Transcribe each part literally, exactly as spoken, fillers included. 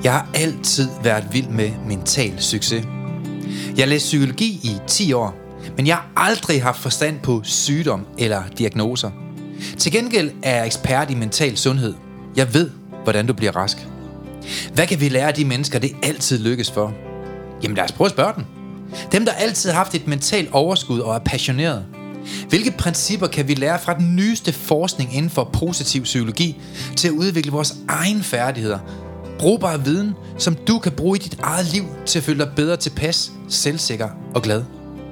Jeg har altid været vild med mental succes. Jeg læste psykologi i ti år, men jeg har aldrig haft forstand på sygdom eller diagnoser. Til gengæld er jeg ekspert i mental sundhed. Jeg ved, hvordan du bliver rask. Hvad kan vi lære af de mennesker, det altid lykkes for? Jamen lad os prøve at spørge dem. Dem, der altid har haft et mentalt overskud og er passioneret. Hvilke principper kan vi lære fra den nyeste forskning inden for positiv psykologi til at udvikle vores egne færdigheder? Brugbar viden, som du kan bruge i dit eget liv til at føle dig bedre tilpas, selvsikker og glad.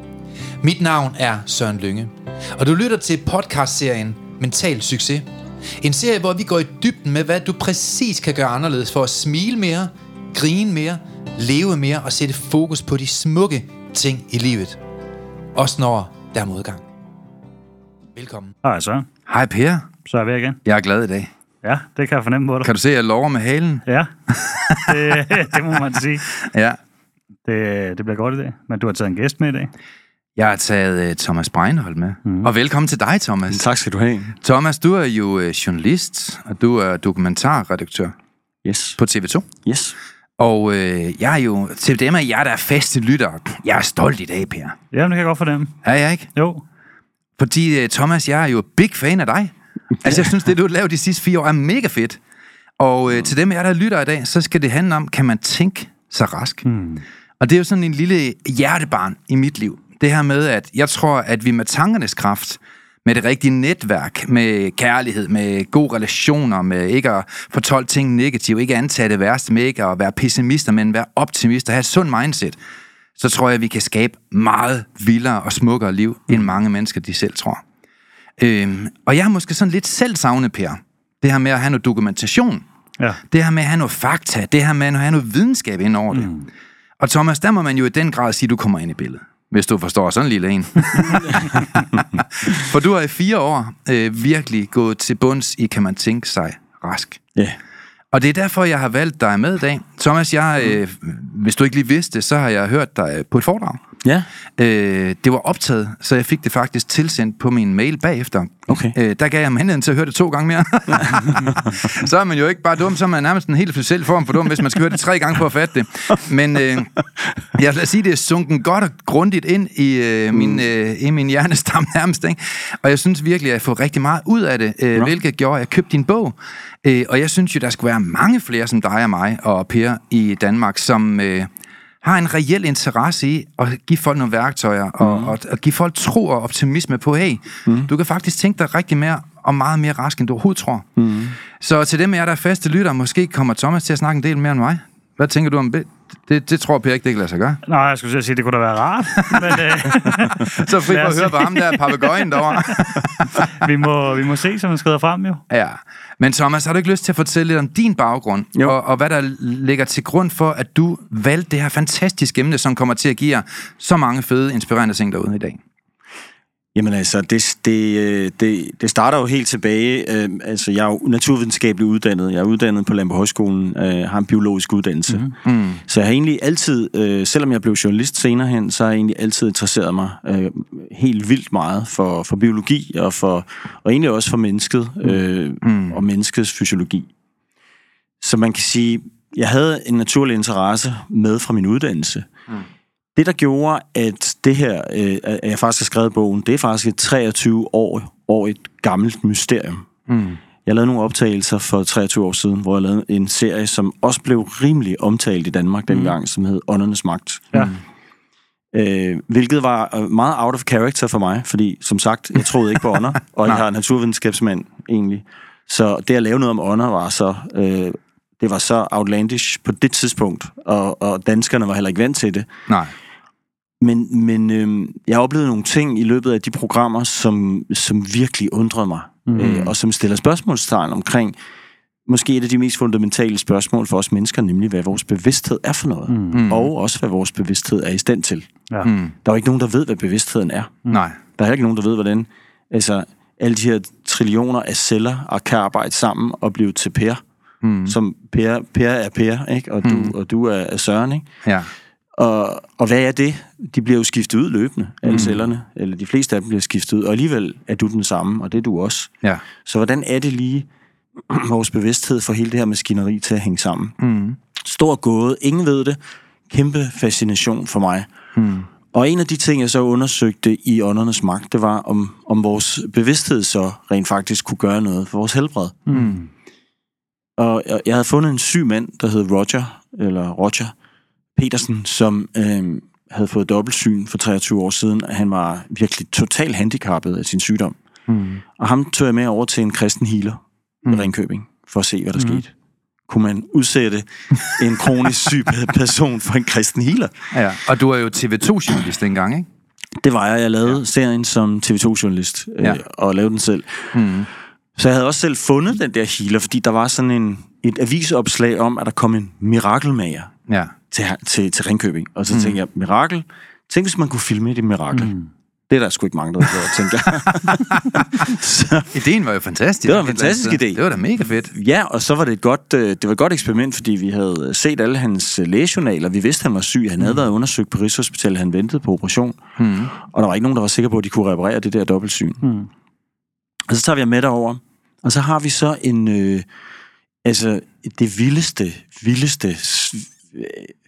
Mit navn er Søren Lynge, og du lytter til podcastserien Mental Succes. En serie, hvor vi går i dybden med, hvad du præcis kan gøre anderledes for at smile mere, grine mere, leve mere og sætte fokus på de smukke ting i livet. Også når der er modgang. Velkommen. Hej Søren. Hej Per. Så er vi igen. Jeg er glad i dag. Ja, det kan jeg fornemme på dig. Kan du se, at jeg lover med halen? Ja, det, det må man sige. Ja. Det, det bliver godt i dag. Men du har taget en gæst med i dag. Jeg har taget uh, Thomas Breinholt med. Mm. Og velkommen til dig, Thomas. Tak skal du have. Thomas, du er jo uh, journalist, og du er dokumentarredaktør yes. på T V to. Yes. Og uh, jeg er jo, til dem af jer, der er faste lyttere, jeg er stolt i dag, Per. Jamen, det kan jeg godt fornemme. Er jeg ikke? Jo. Fordi, uh, Thomas, jeg er jo big fan af dig. Altså, jeg synes, det du har lavet de sidste fire år er mega fedt. Og uh, til dem af jer, der lytter i dag, så skal det handle om, kan man tænke sig rask? Mm. Og det er jo sådan en lille hjertebarn i mit liv. Det her med, at jeg tror, at vi med tankernes kraft, med det rigtige netværk, med kærlighed, med gode relationer, med ikke at fortolke ting negativt, ikke at antage det værste, med ikke at være pessimister, men være optimister, have et sundt mindset, så tror jeg, at vi kan skabe meget vildere og smukkere liv, end mange mennesker, de selv tror. Øhm, og jeg har måske sådan lidt selv savnet, Per, det her med at have noget dokumentation, ja. Det her med at have noget fakta, det her med at have noget videnskab ind over det. Mm. Og Thomas, der må man jo i den grad sige, at du kommer ind i billedet. Hvis du forstår sådan en lille en. For du har i fire år øh, virkelig gået til bunds i, kan man tænke sig rask. Ja. Yeah. Og det er derfor, jeg har valgt dig med i dag. Thomas, jeg, øh, hvis du ikke lige vidste, så har jeg hørt dig på et foredrag. Ja. Øh, det var optaget, så jeg fik det faktisk tilsendt på min mail bagefter. Okay. Øh, der gav jeg mig henheden til at høre det to gange mere. Så er man jo ikke bare dum, så er man nærmest en helt speciel form for dum, hvis man skal høre det tre gange for at fatte det. Men øh, jeg vil sige, det er sunken godt og grundigt ind i, øh, min, øh, i min hjernestam nærmest. Ikke? Og jeg synes virkelig, at jeg får rigtig meget ud af det, øh, hvilket gjorde, at jeg købte din bog. Øh, og jeg synes jo, der skal være mange flere som dig og mig og Per i Danmark, som øh, har en reel interesse i at give folk nogle værktøjer, mm. og, og, og give folk tro og optimisme på, hey, mm. du kan faktisk tænke dig rigtig mere og meget mere rask, end du overhovedet tror. Mm. Så til dem af jer, der er faste lytter, måske kommer Thomas til at snakke en del mere end mig. Hvad tænker du om det? Det, det tror Per ikke, det kan lade sig gøre. Nej, jeg skulle sige, det kunne da være rart. Men, øh, så fri for at høre på ham der, papegøjen derovre. vi, må, vi må se, som man skrider frem jo. Ja, men Thomas, har du ikke lyst til at fortælle lidt om din baggrund, og, og hvad der ligger til grund for, at du valgte det her fantastiske emne, som kommer til at give jer så mange fede, inspirerende ting derude i dag? Jamen altså, det, det, det, det starter jo helt tilbage. Øh, altså, jeg er jo naturvidenskabeligt uddannet. Jeg er uddannet på Landbohøjskolen, Højskolen, øh, har en biologisk uddannelse. Mm-hmm. Mm. Så jeg har egentlig altid, øh, selvom jeg blev journalist senere hen, så har jeg egentlig altid interesseret mig øh, helt vildt meget for, for biologi, og, for, og egentlig også for mennesket, øh, mm. og menneskets fysiologi. Så man kan sige, jeg havde en naturlig interesse med fra min uddannelse. Mm. Det, der gjorde, at det her, øh, at jeg faktisk har skrevet bogen, det er faktisk et treogtyve år, år et gammelt mysterium. Mm. Jeg lavede nogle optagelser for treogtyve år siden, hvor jeg lavede en serie, som også blev rimelig omtalt i Danmark dengang, mm. som hed Åndernes Magt. Ja. Øh, hvilket var meget out of character for mig, fordi som sagt, jeg troede ikke på ånder, og jeg har naturvidenskabsmand egentlig. Så det at lave noget om ånder var så... Øh, Det var så outlandish på det tidspunkt, og, og danskerne var heller ikke vant til det. Nej. Men, men øh, jeg oplevede nogle ting i løbet af de programmer, som, som virkelig undrede mig, mm. øh, og som stiller spørgsmålstegn omkring måske et af de mest fundamentale spørgsmål for os mennesker, nemlig hvad vores bevidsthed er for noget, mm. og også hvad vores bevidsthed er i stand til. Ja. Mm. Der er jo ikke nogen, der ved, hvad bevidstheden er. Nej. Der er heller ikke nogen, der ved, hvordan altså, alle de her trillioner af celler kan arbejde sammen og blive til Per. Mm. Som Per, Per er Per, ikke? Og, du, mm. og du er Søren, ikke? Ja. Og, og hvad er det? De bliver jo skiftet ud løbende, alle mm. cellerne, eller de fleste af dem bliver skiftet ud, og alligevel er du den samme, og det er du også. Ja. Så hvordan er det lige vores bevidsthed for hele det her maskineri til at hænge sammen? Mm. Stor gåde. Ingen ved det. Kæmpe fascination for mig. Hmm. Og en af de ting, jeg så undersøgte i åndernes magt, det var, om, om vores bevidsthed så rent faktisk kunne gøre noget for vores helbred. Hmm. Og jeg havde fundet en syg mand, der hed Roger, eller Roger Petersen, som øh, havde fået dobbeltsyn for treogtyve år siden, og han var virkelig totalt handicappet af sin sygdom. Hmm. Og ham tog jeg med over til en kristen healer i Ringkøbing, for at se, hvad der hmm. skete. Kunne man udsætte en kronisk syg person for en kristen healer? Ja, og du er jo T V to-journalist dengang, ikke? Det var jeg. Jeg lavede ja. serien som T V to-journalist, øh, ja. og lavede den selv. Hmm. Så jeg havde også selv fundet den der healer, fordi der var sådan en, et avisopslag om, at der kom en mirakelmager ja. til, til, til Ringkøbing. Og så mm. tænkte jeg, mirakel? Tænk, hvis man kunne filme et mirakel. Mm. Det er der sgu ikke mange, der har tænkt jeg. Så, ideen var jo fantastisk. Det var en fantastisk idé. Det var da mega fedt. Ja, og så var det et godt, det var et godt eksperiment, fordi vi havde set alle hans lægejournaler. Vi vidste, han var syg. Han havde mm. været undersøgt på Rigshospitalet. Han ventede på operation. Mm. Og der var ikke nogen, der var sikker på, at de kunne reparere det der dobbeltsyn. Mm. Og så tager vi med derover, og så har vi så en, øh, altså det vildeste, vildeste øh,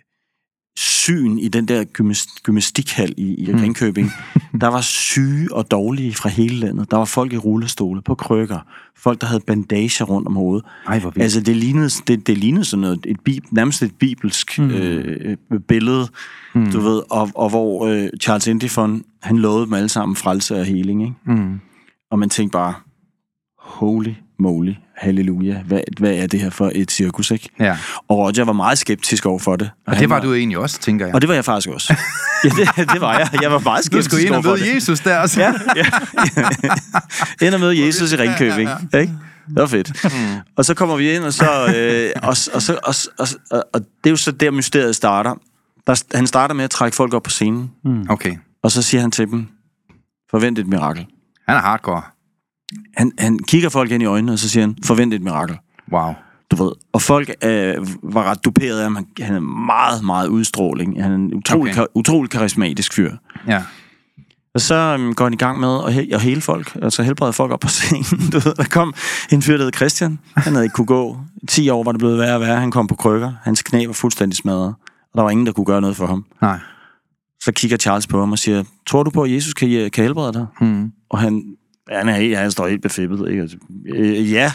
syn i den der gymnastikhal i, i Ringkøbing. Mm. Der var syge og dårlige fra hele landet. Der var folk i rullestole, på krykker, folk, der havde bandager rundt om hovedet. Ej, hvor vildt. Altså det lignede, det, det lignede sådan noget, et bib, nærmest et bibelsk mm. øh, billede, mm. du ved, og, og hvor øh, Charles Indifon, han lovede dem alle sammen frelse og heling, ikke? Mm. Og man tænkte bare, holy moly, halleluja, hvad, hvad er det her for et cirkus, ikke? Ja. Og Roger var meget skeptisk over for det. Og, og det var, var du egentlig også, tænker jeg. Og det var jeg faktisk også. Ja, det, det var jeg. Jeg var meget skeptisk over for det. Du skulle ind og møde Jesus der også. Ja, ja. Ind og møde Jesus i Ringkøbing, ja, ja. Ikke? Det var fedt. Mm. Og så kommer vi ind, og så... Øh, og, og, så og, og, og, og det er jo så der, mysteriet starter. Der, han starter med at trække folk op på scenen. Mm. Okay. Og så siger han til dem, forvent et mirakel. Han er hardcore. Han, han kigger folk ind i øjnene, og så siger han, forvent et mirakel. Wow. Du ved. Og folk øh, var ret duperet af ham. Han, han er meget, meget udstråling. Han er en utrolig, okay. utrolig karismatisk fyr. Ja. Og så øhm, går han i gang med at, he- at hele folk, altså helbrede folk op på scenen. Du ved, der kom en fyr, der hed Christian. Han havde ikke kunne gå. I ti år var det blevet værre og værre. Han kom på krykker. Hans knæ var fuldstændig smadret. Og der var ingen, der kunne gøre noget for ham. Nej. Så kigger Charles på ham og siger, tror du på, at Jesus kan, kan helbrede dig? Hmm. Og han... Han, er helt, han står helt befippet, ikke? Altså, øh, ja.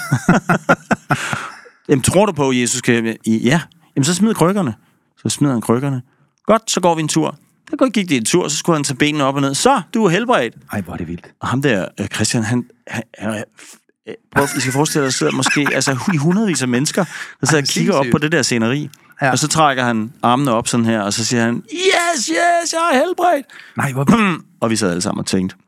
Jamen, tror du på, at Jesus kan... Ja. Jamen, så smid krykkerne. Så smider han krykkerne. Godt, så går vi en tur. Så gik det en tur, så skulle han tage benene op og ned. Så, du er helbredt. Ej, hvor er det vildt. Og ham der, Christian, han... han, han prøv, I skal forestille dig, der sidder måske altså, i hundredvis af mennesker, der sidder og kigger op på det der sceneri. Ja. Og så trækker han armene op sådan her, og så siger han, yes, yes, jeg er helbredt. Nej, hvor... Og vi sad alle sammen og tænkte,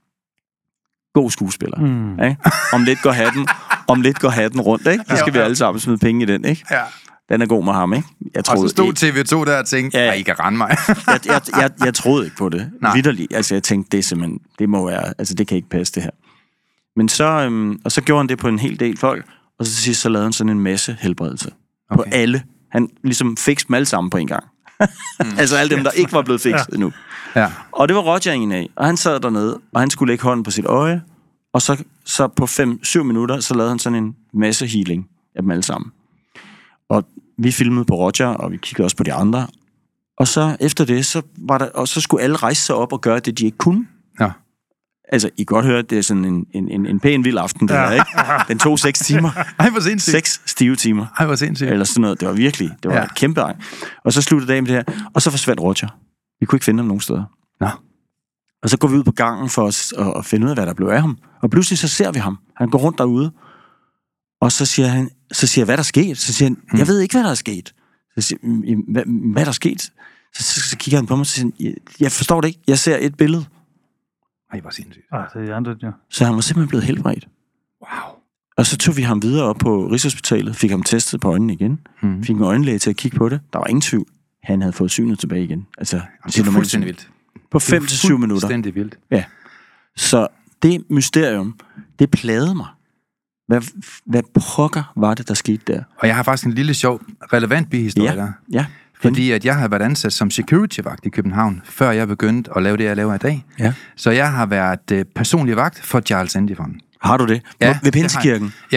god skuespiller. Mm. Ikke? Om lidt går hatten, om lidt går hatten rundt, ikke? Så skal ja, ja. vi alle sammen smide penge i den, ikke? Ja. Den er god med ham, ikke? Jeg troede, og så stod T V to der og tænkte, ja, I kan rende mig. jeg, jeg, jeg, jeg troede ikke på det. Vitterligt. Altså, jeg tænkte, det er simpelthen, det må være, altså, det kan ikke passe, det her. Men så, øhm, og så gjorde han det på en hel del folk, og så til sidst, så lavede han sådan en masse helbredelse. Okay. På alle. Han ligesom fik dem alle sammen på en gang. mm. Altså alle dem, der ikke var blevet fikset ja. endnu. Ja. Og det var Roger en af, og han sad dernede, og han skulle lægge hånden på sit øje, og så, så på fem syv minutter, så lavede han sådan en masse healing af dem alle sammen. Og vi filmede på Roger, og vi kiggede også på de andre. Og så efter det, så var der, og så skulle alle rejse sig op og gøre det, de ikke kunne. Ja. Altså, I kan godt høre, det er sådan en, en, en pæn vild aften, det ja. der, ikke? Den tog seks timer. Ej, hvor sindssygt. Seks stive timer. Ej, hvor sindssygt. Eller sådan noget. Det var virkelig, det var ja. et kæmpe ej. Og så sluttede dagen med det her, og så forsvandt Roger. Vi kunne ikke finde ham nogen steder. Nå. Og så går vi ud på gangen for os at, at finde ud af, hvad der blev af ham. Og pludselig så ser vi ham. Han går rundt derude. Og så siger han, så siger jeg, hvad der er sket? Så siger han, jeg ved ikke, hvad der er sket. Så siger jeg, hvad, hvad der er sket? Så, så, så kigger han på mig og siger, jeg, jeg forstår det ikke. Jeg ser et billede. Ej, hvor sindssygt. Ah, det er andet, ja. Så han var simpelthen blevet helbredt. Wow. Og så tog vi ham videre op på Rigshospitalet, fik ham testet på øjnene igen, mm. fik en øjenlæge til at kigge på det. Der var ingen tvivl. Han havde fået synet tilbage igen. Altså, det er fuldstændig vildt. På fem til syv minutter. Fuldstændig vildt. Ja. Så det mysterium, det plagede mig. Hvad, hvad pokker var det, der skete der? Og jeg har faktisk en lille sjov, relevant bihistorie ja. der. Ja. Fordi at jeg har været ansat som security-vagt i København, før jeg begyndte at lave det, jeg laver i dag. Ja. Så jeg har været uh, personlig vagt for Charles Indifon. Har du det? Ja, ved Pinsekirken? Ja,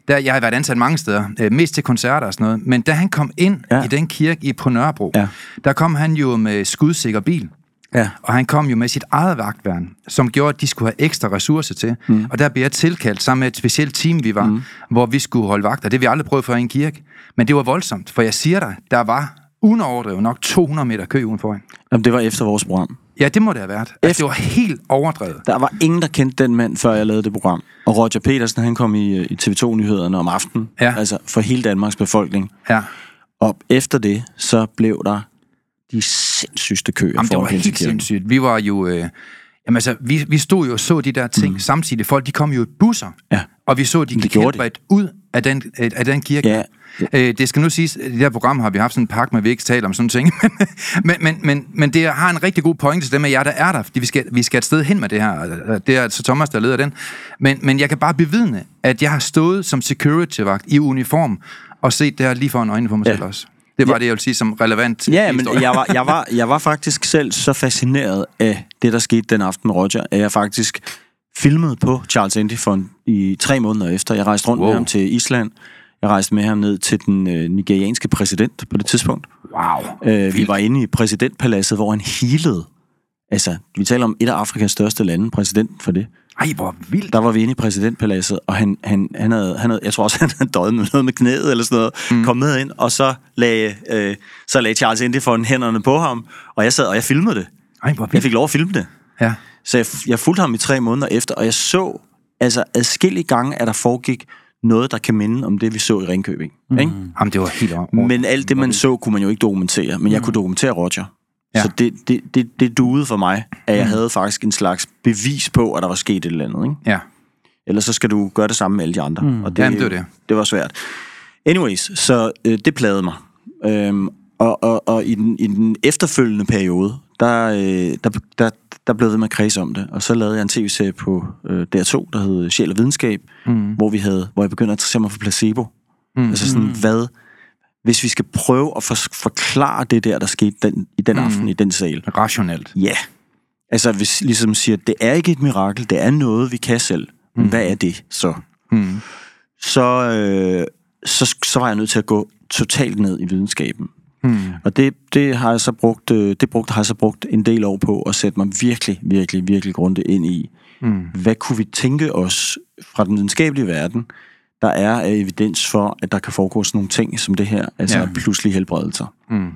der, jeg har været ansat mange steder, øh, mest til koncerter og sådan noget, men da han kom ind ja. i den kirke i på Nørrebro, ja. der kom han jo med skudsikker bil. Ja. Og han kom jo med sit eget vagtværn, som gjorde, at de skulle have ekstra ressourcer til. Mm. Og der blev jeg tilkaldt sammen med et specielt team, vi var, mm. hvor vi skulle holde vagt. Og det vi aldrig prøvet før i en kirke. Men det var voldsomt, for jeg siger dig, der var uden overdrevet nok to hundrede meter kø udenfor. Jamen, det var efter vores program. Ja, det må det have været. Altså, det var helt overdrevet. Der var ingen, der kendte den mand, før jeg lavede det program. Og Roger Petersen, han kom i, i T V to-nyhederne om aftenen. Ja. Altså for hele Danmarks befolkning. Ja. Og efter det, så blev der de sindssygste køer. Jamen, det var helt sindssygt. Vi var jo... Øh, jamen, altså, vi, vi stod jo og så de der ting mm. samtidig. Folk, de kom jo i busser. Ja. Og vi så, de gik helbredt ud af den, af den kirke. Ja. Øh, det skal nu siges, i det her program har vi haft sådan en pakke med, vi ikke taler om sådan ting. men, men, men, men det har en rigtig god pointe til dem af jer, der er der. Fordi vi skal, vi skal et sted hen med det her. Det er så Thomas, der leder den. Men, men jeg kan bare bevidne, at jeg har stået som security-vagt i uniform og set det her lige foran øjnene for mig ja. selv også. Det var ja. det, jeg vil sige som relevant ja, men jeg var, jeg, var, jeg var faktisk selv så fascineret af det, der skete den aften med Roger, at jeg faktisk filmede på Charles Endifond i tre måneder efter. Jeg rejste rundt wow. med ham til Island. Jeg rejste med ham ned til den øh, nigerianske præsident på det tidspunkt. Wow. Øh, vi var inde i præsidentpaladset, hvor han healede. Altså, vi taler om et af Afrikas største lande, præsidenten for det. Ej, hvor vildt. Der var vi inde i præsidentpaladset, og han, han, han, havde, han havde, jeg tror også, han havde døjet med noget med knæet eller sådan noget, mm. kom med ind, og så lagde, øh, så lagde Charles Endifond hænderne på ham, og jeg sad, og jeg filmede det. Ej, hvor vildt. Jeg fik lov at filme det. Ja. Så jeg, jeg fulgte ham i tre måneder efter, og jeg så, altså adskillige gange, at der foregik noget, der kan minde om det, vi så i Ringkøbing. Mm. Ikke? Jamen, det var helt over. Men alt det, man så, kunne man jo ikke dokumentere, men jeg mm. kunne dokumentere Roger. Ja. Så det, det, det, det duede for mig, at jeg mm. havde faktisk en slags bevis på, at der var sket et eller andet. Ikke? Ja. Ellers så skal du gøre det samme med alle de andre. Mm. Og det, Jamen, det var det. Det var svært. Anyways, så øh, det plagede mig. Øhm, og, og, og i den, i den efterfølgende periode, der, øh, der, der, der blev det med kreds om det. Og så lavede jeg en tv-serie på øh, D R to, der hed Sjæl og Videnskab, mm. hvor, vi havde, hvor jeg begyndte at interessere mig for placebo. Mm. Altså sådan, hvad... Hvis vi skal prøve at for, forklare det der, der skete den, i den aften, mm. i den sal. Rationelt. Ja. Yeah. Altså, hvis ligesom siger, det er ikke et mirakel, det er noget, vi kan selv. Men mm. hvad er det så? Mm. Så, øh, så, så var jeg nødt til at gå totalt ned i videnskaben. Mm. Og det, det har jeg så brugt, det brugt, har jeg så brugt en del år på at sætte mig virkelig, virkelig, virkelig grundigt ind i. Mm. Hvad kunne vi tænke os fra den videnskabelige verden, der er evidens for, at der kan foregå sådan nogle ting som det her, altså ja. pludselig helbredelser. Mm.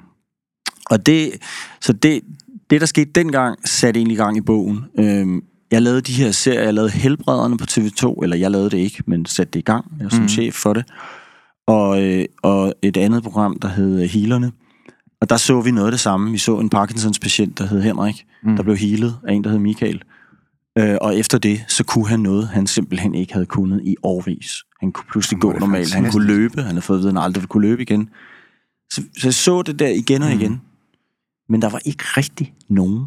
Og det, så det, det, der skete dengang, satte egentlig i gang i bogen. Øhm, jeg lavede de her serier, jeg lavede Helbrederne på T V to, eller jeg lavede det ikke, men satte det i gang, jeg var som mm. chef for det. Og, øh, og et andet program, der hed Healerne. Og der så vi noget af det samme. Vi så en Parkinsons patient, der hed Henrik, mm. der blev healet af en, der hed Michael. Øh, og efter det, så kunne han noget, han simpelthen ikke havde kunnet i årvis. Han kunne pludselig gå normalt, han kunne løbe, han havde fået at vide, at han aldrig ville kunne løbe igen. Så, så jeg så det der igen og igen. Mm. Men der var ikke rigtig nogen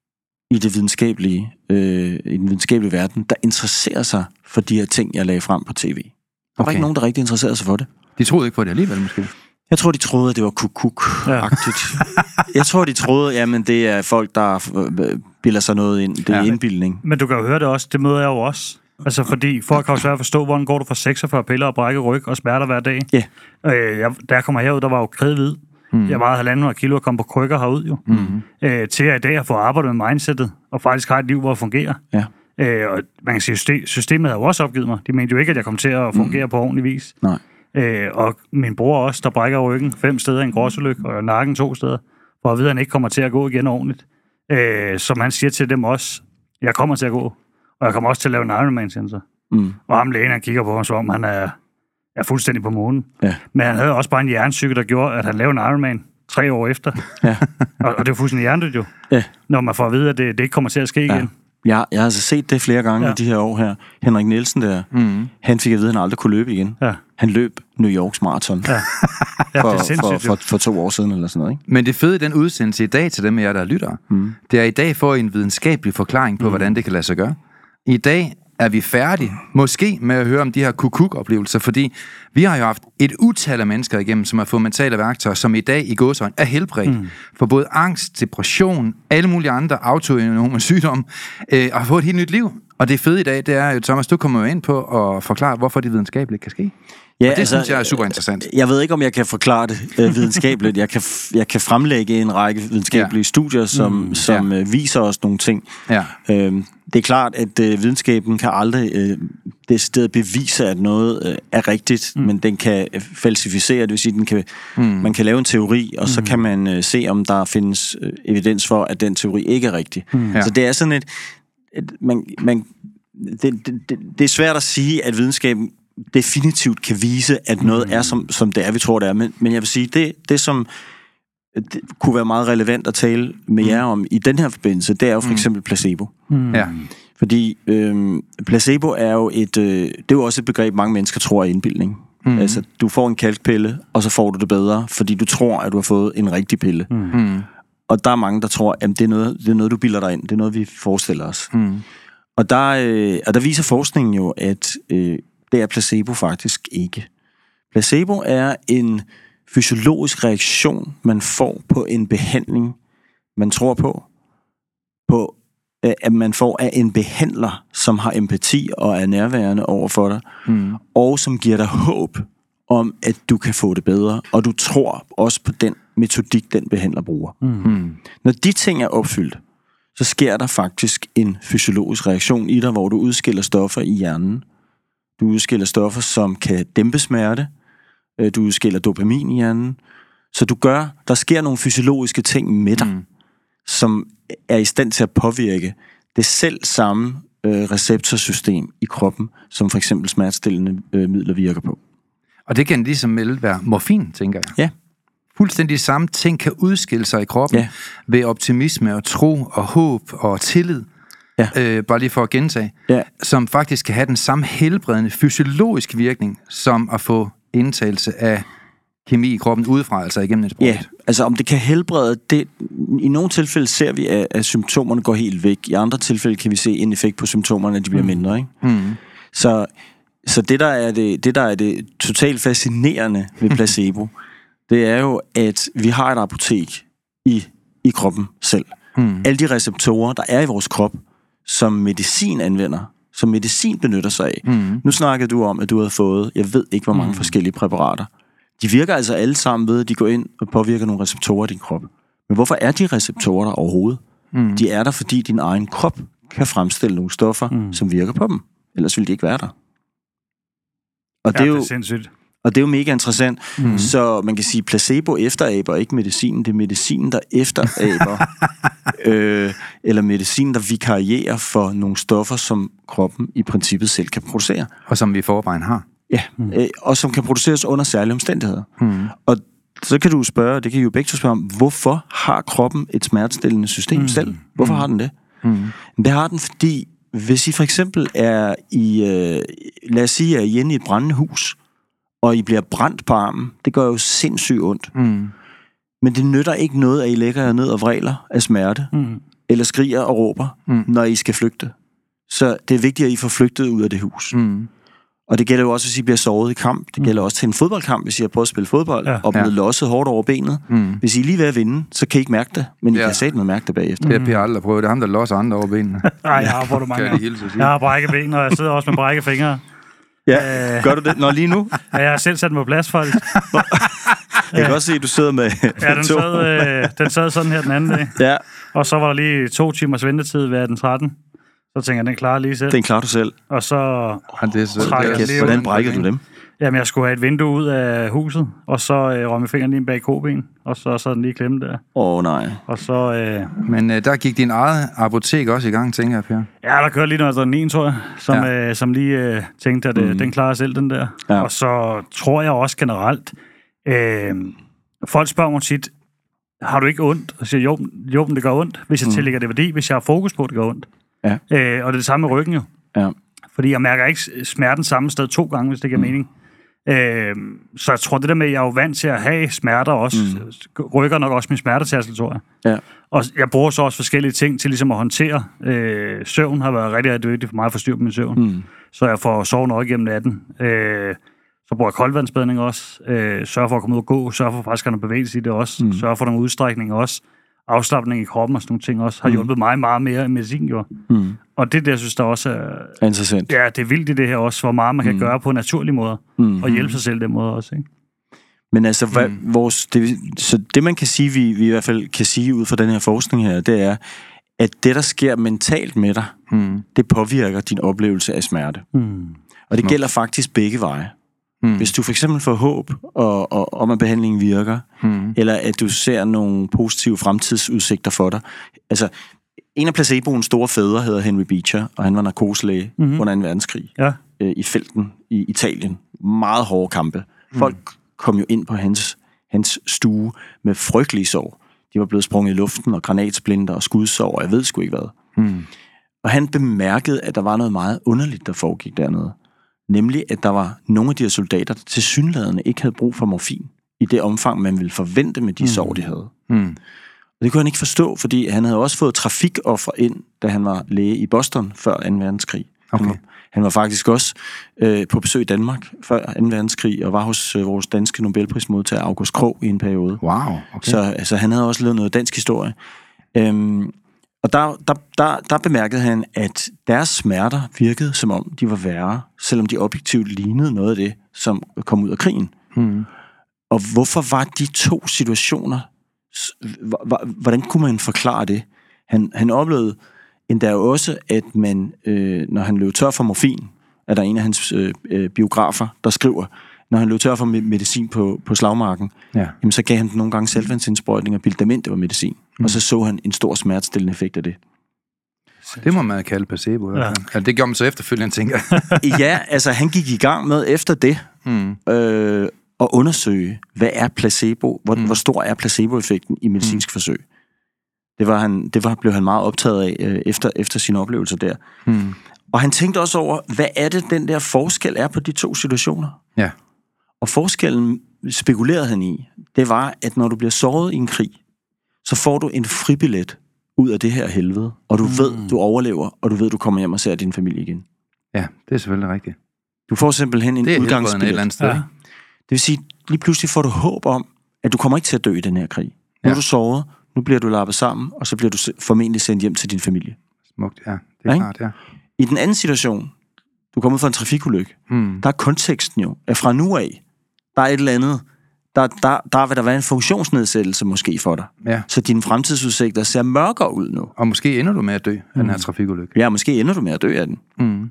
i det videnskabelige, øh, i den videnskabelige verden, der interesserede sig for de her ting, jeg lagde frem på tv. Der var okay. ikke nogen, der rigtig interesserede sig for det. De troede ikke på det alligevel, måske? Jeg tror, de troede, at det var kuk-kuk-agtigt. Ja. Jeg tror, de troede, jamen det er folk, der bilder sig noget ind. Det er ja, indbildning. Men du kan jo høre det også. Det møder jeg jo også. Altså fordi folk har jo svært at forstå, hvordan går du fra seksogfyrre piller og brække ryg og smerter hver dag. Ja. Øh, jeg, da jeg kommer herud, der var jo kridhvid. Mm. Jeg vejede halvanden hundrede kilo og kom på krykker herud jo. Mm. Øh, til at i dag har fået arbejdet med mindsetet og faktisk har et liv, hvor det fungerer. Ja. Øh, og man kan sige, systemet har jo også opgivet mig. De mente jo ikke, at jeg kom til at fungere mm. på ordentlig vis. Nej. Øh, og min bror også, der brækker ryggen fem steder i en gråselykke, og nakken to steder, for at vide, at han ikke kommer til at gå igen ordentligt. Øh, som han siger til dem også, jeg kommer til at gå, og jeg kommer også til at lave en Ironman-sensor. Mm. Og ham lægen, han kigger på ham, som om han er, er fuldstændig på månen. Ja. Men han havde også bare en hjernesyge, der gjorde, at han lavede en Ironman tre år efter. Ja. og, og det er fuldstændig hjernedødt jo, ja. Når man får at vide, at det, det ikke kommer til at ske ja. igen. Jeg, jeg har altså set det flere gange ja. i de her år her. Henrik Nielsen der, mm. han fik at vide, at han aldrig kunne løbe igen. Ja. Han løb New Yorks marathon ja. Ja, for, for, for, for to år siden eller sådan noget. Ikke? Men det fede i den udsendelse i dag til dem af jer, der lytter, mm. det er i dag får I en videnskabelig forklaring på, mm. hvordan det kan lade sig gøre. I dag er vi færdige, måske med at høre om de her kukuk-oplevelser, fordi vi har jo haft et utal af mennesker igennem, som har fået mentale værktøjer, som i dag i gåseøjne er helbredt mm. for både angst, depression, alle mulige andre autoimmune sygdomme, øh, og har fået et helt nyt liv. Og det fede i dag, det er jo, Thomas, du kommer jo ind på at forklare, hvorfor det videnskabeligt kan ske. Ja, og det altså, synes jeg er super interessant. Jeg ved ikke, om jeg kan forklare det øh, videnskabeligt. Jeg kan, jeg kan fremlægge en række videnskabelige ja. studier, som, mm, som ja. øh, viser os nogle ting. Ja. Øhm, det er klart, at øh, videnskaben kan aldrig øh, decideret bevise, at noget øh, er rigtigt, mm. men den kan øh, falsificere, det vil sige, den kan, mm. man kan lave en teori, og mm. så kan man øh, se, om der findes øh, evidens for, at den teori ikke er rigtig. Mm. Så det er sådan et... et man, man, det, det, det, det er svært at sige, at videnskaben definitivt kan vise, at noget er, som, som det er, vi tror, det er. Men, men jeg vil sige, det, det som det kunne være meget relevant at tale med jer om i den her forbindelse, det er jo for eksempel placebo. Mm. Ja. Fordi øhm, placebo er jo et, øh, det er jo også et begreb, mange mennesker tror er indbildning. Mm. Altså, du får en kalkpille, og så får du det bedre, fordi du tror, at du har fået en rigtig pille. Mm. Og der er mange, der tror, at det er noget, det er noget, du bilder dig ind. Det er noget, vi forestiller os. Mm. Og, der, øh, og der viser forskningen jo, at øh, det er placebo faktisk ikke. Placebo er en fysiologisk reaktion, man får på en behandling, man tror på, på øh, at man får af en behandler, som har empati og er nærværende over for dig, mm. og som giver dig håb om, at du kan få det bedre, og du tror også på den metodik, den behandler bruger. Mm. Når de ting er opfyldt, så sker der faktisk en fysiologisk reaktion i dig, hvor du udskiller stoffer i hjernen. Du udskiller stoffer, som kan dæmpe smerte. Du udskiller dopamin i hjernen. Så du gør, der sker nogle fysiologiske ting med dig, mm. som er i stand til at påvirke det selv samme øh, receptorsystem i kroppen, som for eksempel smertestillende øh, midler virker på. Og det kan ligesom være morfin, tænker jeg. Ja. Fuldstændig samme ting kan udskille sig i kroppen ja. ved optimisme og tro og håb og tillid. Ja. Øh, bare lige for at gentage. Ja. Som faktisk kan have den samme helbredende fysiologisk virkning, som at få indtagelse af kemi i kroppen udefra, altså igennem et sprøjt. Ja, altså om det kan helbrede, det, i nogle tilfælde ser vi, at, at symptomerne går helt væk. I andre tilfælde kan vi se en effekt på symptomerne, at de bliver mm. mindre. Ikke? Mm. Så, så det, der er det, det, der er det totalt fascinerende ved placebo, det er jo, at vi har et apotek i, i kroppen selv. Mm. Alle de receptorer, der er i vores krop, som medicin anvender, som medicin benytter sig af. Mm. Nu snakkede du om, at du havde fået, jeg ved ikke, hvor mange mm. forskellige præparater. De virker altså alle sammen ved, at de går ind og påvirker nogle receptorer i din krop. Men hvorfor er de receptorer der overhovedet? Mm. De er der, fordi din egen krop kan fremstille nogle stoffer, mm. som virker på dem. Ellers ville de ikke være der. Og ja, det er jo det er sindssygt. Og det er jo mega interessant. Mm. Så man kan sige, placebo efteraber, ikke medicinen. Det er medicinen, der efteraber. øh, eller medicinen, der vikarierer for nogle stoffer, som kroppen i princippet selv kan producere. Og som vi i forvejen har. Ja, mm. øh, og som kan produceres under særlige omstændigheder. Mm. Og så kan du spørge, det kan I jo begge to spørge om, hvorfor har kroppen et smertestillende system mm. selv? Hvorfor mm. har den det? Mm. Det har den, fordi hvis I for eksempel er i, øh, lad os sige, er I inde i et brændende hus, og I bliver brændt på armen, det gør jo sindssygt ondt. Mm. Men det nytter ikke noget, at I lægger jer ned og vræler af smerte, mm. eller skriger og råber, mm. når I skal flygte. Så det er vigtigt, at I får flygtet ud af det hus. Mm. Og det gælder jo også, hvis I bliver såret i kamp. Det gælder mm. også til en fodboldkamp, hvis I har prøvet at spille fodbold, ja. og blevet ja. losset hårdt over benet. Mm. Hvis I lige er ved at vinde, så kan I ikke mærke det, men I ja. kan satme mærke det bagefter. Det har Per aldrig prøvet. Det er ham, der losser andre over benene. Nej, jeg har prøvet mange gange. Jeg har brækket ben, og jeg sidder også med brækket fingre. Ja, gør du det? Nå, lige nu? Ja, jeg har selv sat mig på plads, faktisk. Jeg kan også se, at du sidder med ja, den sad, øh, den sad sådan her den anden dag. Ja. Og så var der lige to timers ventetid ved den tretten. Så tænker jeg, den klarer lige selv. Den klarer du selv. Og så ja, det er så, trækker det er, jeg lige hvordan brækkede du dem? Jamen, jeg skulle have et vindue ud af huset, og så øh, røg med fingeren lige bag koben, og så så den lige klemt der. Åh, oh, nej. Og så... Øh, Men øh, der gik din eget apotek også i gang, tænker jeg, Per. Ja, der kørte lige noget adrenalin, tror jeg, som, ja. øh, som lige øh, tænkte, at øh, mm. den klarer selv, den der. Ja. Og så tror jeg også generelt, øh, folk spørger mig tit, har du ikke ondt? Og siger, jo, jo det gør ondt, hvis jeg mm. tillægger det værdi, hvis jeg har fokus på, at det gør ondt. Ja. Øh, og det er det samme med ryggen jo. Ja. Fordi jeg mærker ikke smerten samme sted to gange, hvis det giver mm. mening. Øh, så jeg tror, det der med, at jeg er jo vant til at have smerter også, mm. rykker nok også min smertetærskel, tror jeg. Ja. Og jeg bruger så også forskellige ting til ligesom at håndtere. Øh, søvn har været rigtig, rigtig vigtigt for mig at få styr på min søvn. Mm. Så jeg får sovet nok igennem natten. Øh, så bruger jeg koldvandsbadning også. Øh, sørger for at komme ud og gå. Sørger for faktisk at have noget bevægelse i det også. Mm. Sørger for nogle udstrækninger også. afslappning i kroppen og sådan nogle ting også, har mm. hjulpet mig meget mere, end medicin gjorde. Mm. Og det der, jeg synes, der også er... Interessant. Ja, det er vildt i det her også, hvor meget man kan mm. gøre på en naturlig måde, mm. og hjælpe sig selv den måde også, ikke? Men altså, hvad, mm. vores, det, så det man kan sige, vi, vi i hvert fald kan sige ud fra den her forskning her, det er, at det, der sker mentalt med dig, mm. det påvirker din oplevelse af smerte. Mm. Og det gælder faktisk begge veje. Mm. Hvis du for eksempel får håb og, og, om, at behandlingen virker, mm. eller at du ser nogle positive fremtidsudsigter for dig. Altså, en af placeboens store fædre hedder Henry Beecher, og han var narkoselæge mm-hmm. under anden verdenskrig ja. øh, i felten i Italien. Meget hårde kampe. Folk mm. kom jo ind på hans, hans stue med frygtelige sår. De var blevet sprunget i luften, og granatsplinter og skudsår, og jeg ved sgu ikke hvad. Mm. Og han bemærkede, at der var noget meget underligt, der foregik dernede. Nemlig, at der var nogle af de her soldater, der tilsyneladende ikke havde brug for morfin, i det omfang, man ville forvente med de mm. sår, de havde. Mm. Og det kunne han ikke forstå, fordi han havde også fået trafikoffer ind, da han var læge i Boston før anden verdenskrig. Okay. Han, var, han var faktisk også øh, på besøg i Danmark før anden verdenskrig, og var hos øh, vores danske Nobelprismodtager August Krogh i en periode. Wow, okay. Så altså, han havde også lavet noget dansk historie. Øhm, Og der, der, der, der bemærkede han, at deres smerter virkede, som om de var værre, selvom de objektivt lignede noget af det, som kom ud af krigen. Hmm. Og hvorfor var de to situationer, hvordan kunne man forklare det? Han, han oplevede endda også, at man, øh, når han løb tør for morfin, er der en af hans øh, biografer, der skriver, når han løb tør for medicin på, på slagmarken, ja. jamen, så gav han nogle gange selvvandsindsprøjtning og bildte dem ind, det var medicin. Mm. Og så så han en stor smertestillende effekt af det. Det må man kalde placebo. Ja. Altså, det gjorde man så efterfølgende, tænker jeg. Ja, altså han gik i gang med efter det mm. øh, at undersøge, hvad er placebo, hvor, mm. hvor stor er placeboeffekten i medicinske mm. forsøg. Det, var han, det var, blev han meget optaget af øh, efter, efter sine oplevelser der. Mm. Og han tænkte også over, hvad er det, den der forskel er på de to situationer? Ja. Og forskellen spekulerede han i, det var, at når du bliver såret i en krig, så får du en fribillet ud af det her helvede, og du mm. ved, du overlever, og du ved, du kommer hjem og ser din familie igen. Ja, det er selvfølgelig rigtigt. Du får simpelthen en udgangsbillet. Et eller andet sted. Ja. Det vil sige, lige pludselig får du håb om, at du kommer ikke til at dø i den her krig. Nu ja. er du såret, nu bliver du lappet sammen, og så bliver du formentlig sendt hjem til din familie. Smukt, ja. Det er ja, klart, ja. I den anden situation, du kommer ud fra en trafikulykke, mm. der er konteksten jo, at fra nu af, der er et eller andet, der, der, der vil der være en funktionsnedsættelse måske for dig. Ja. Så dine fremtidsudsigter ser mørkere ud nu. Og måske ender du med at dø af mm. den her trafikulykke. Ja, måske ender du med at dø af den. Mm.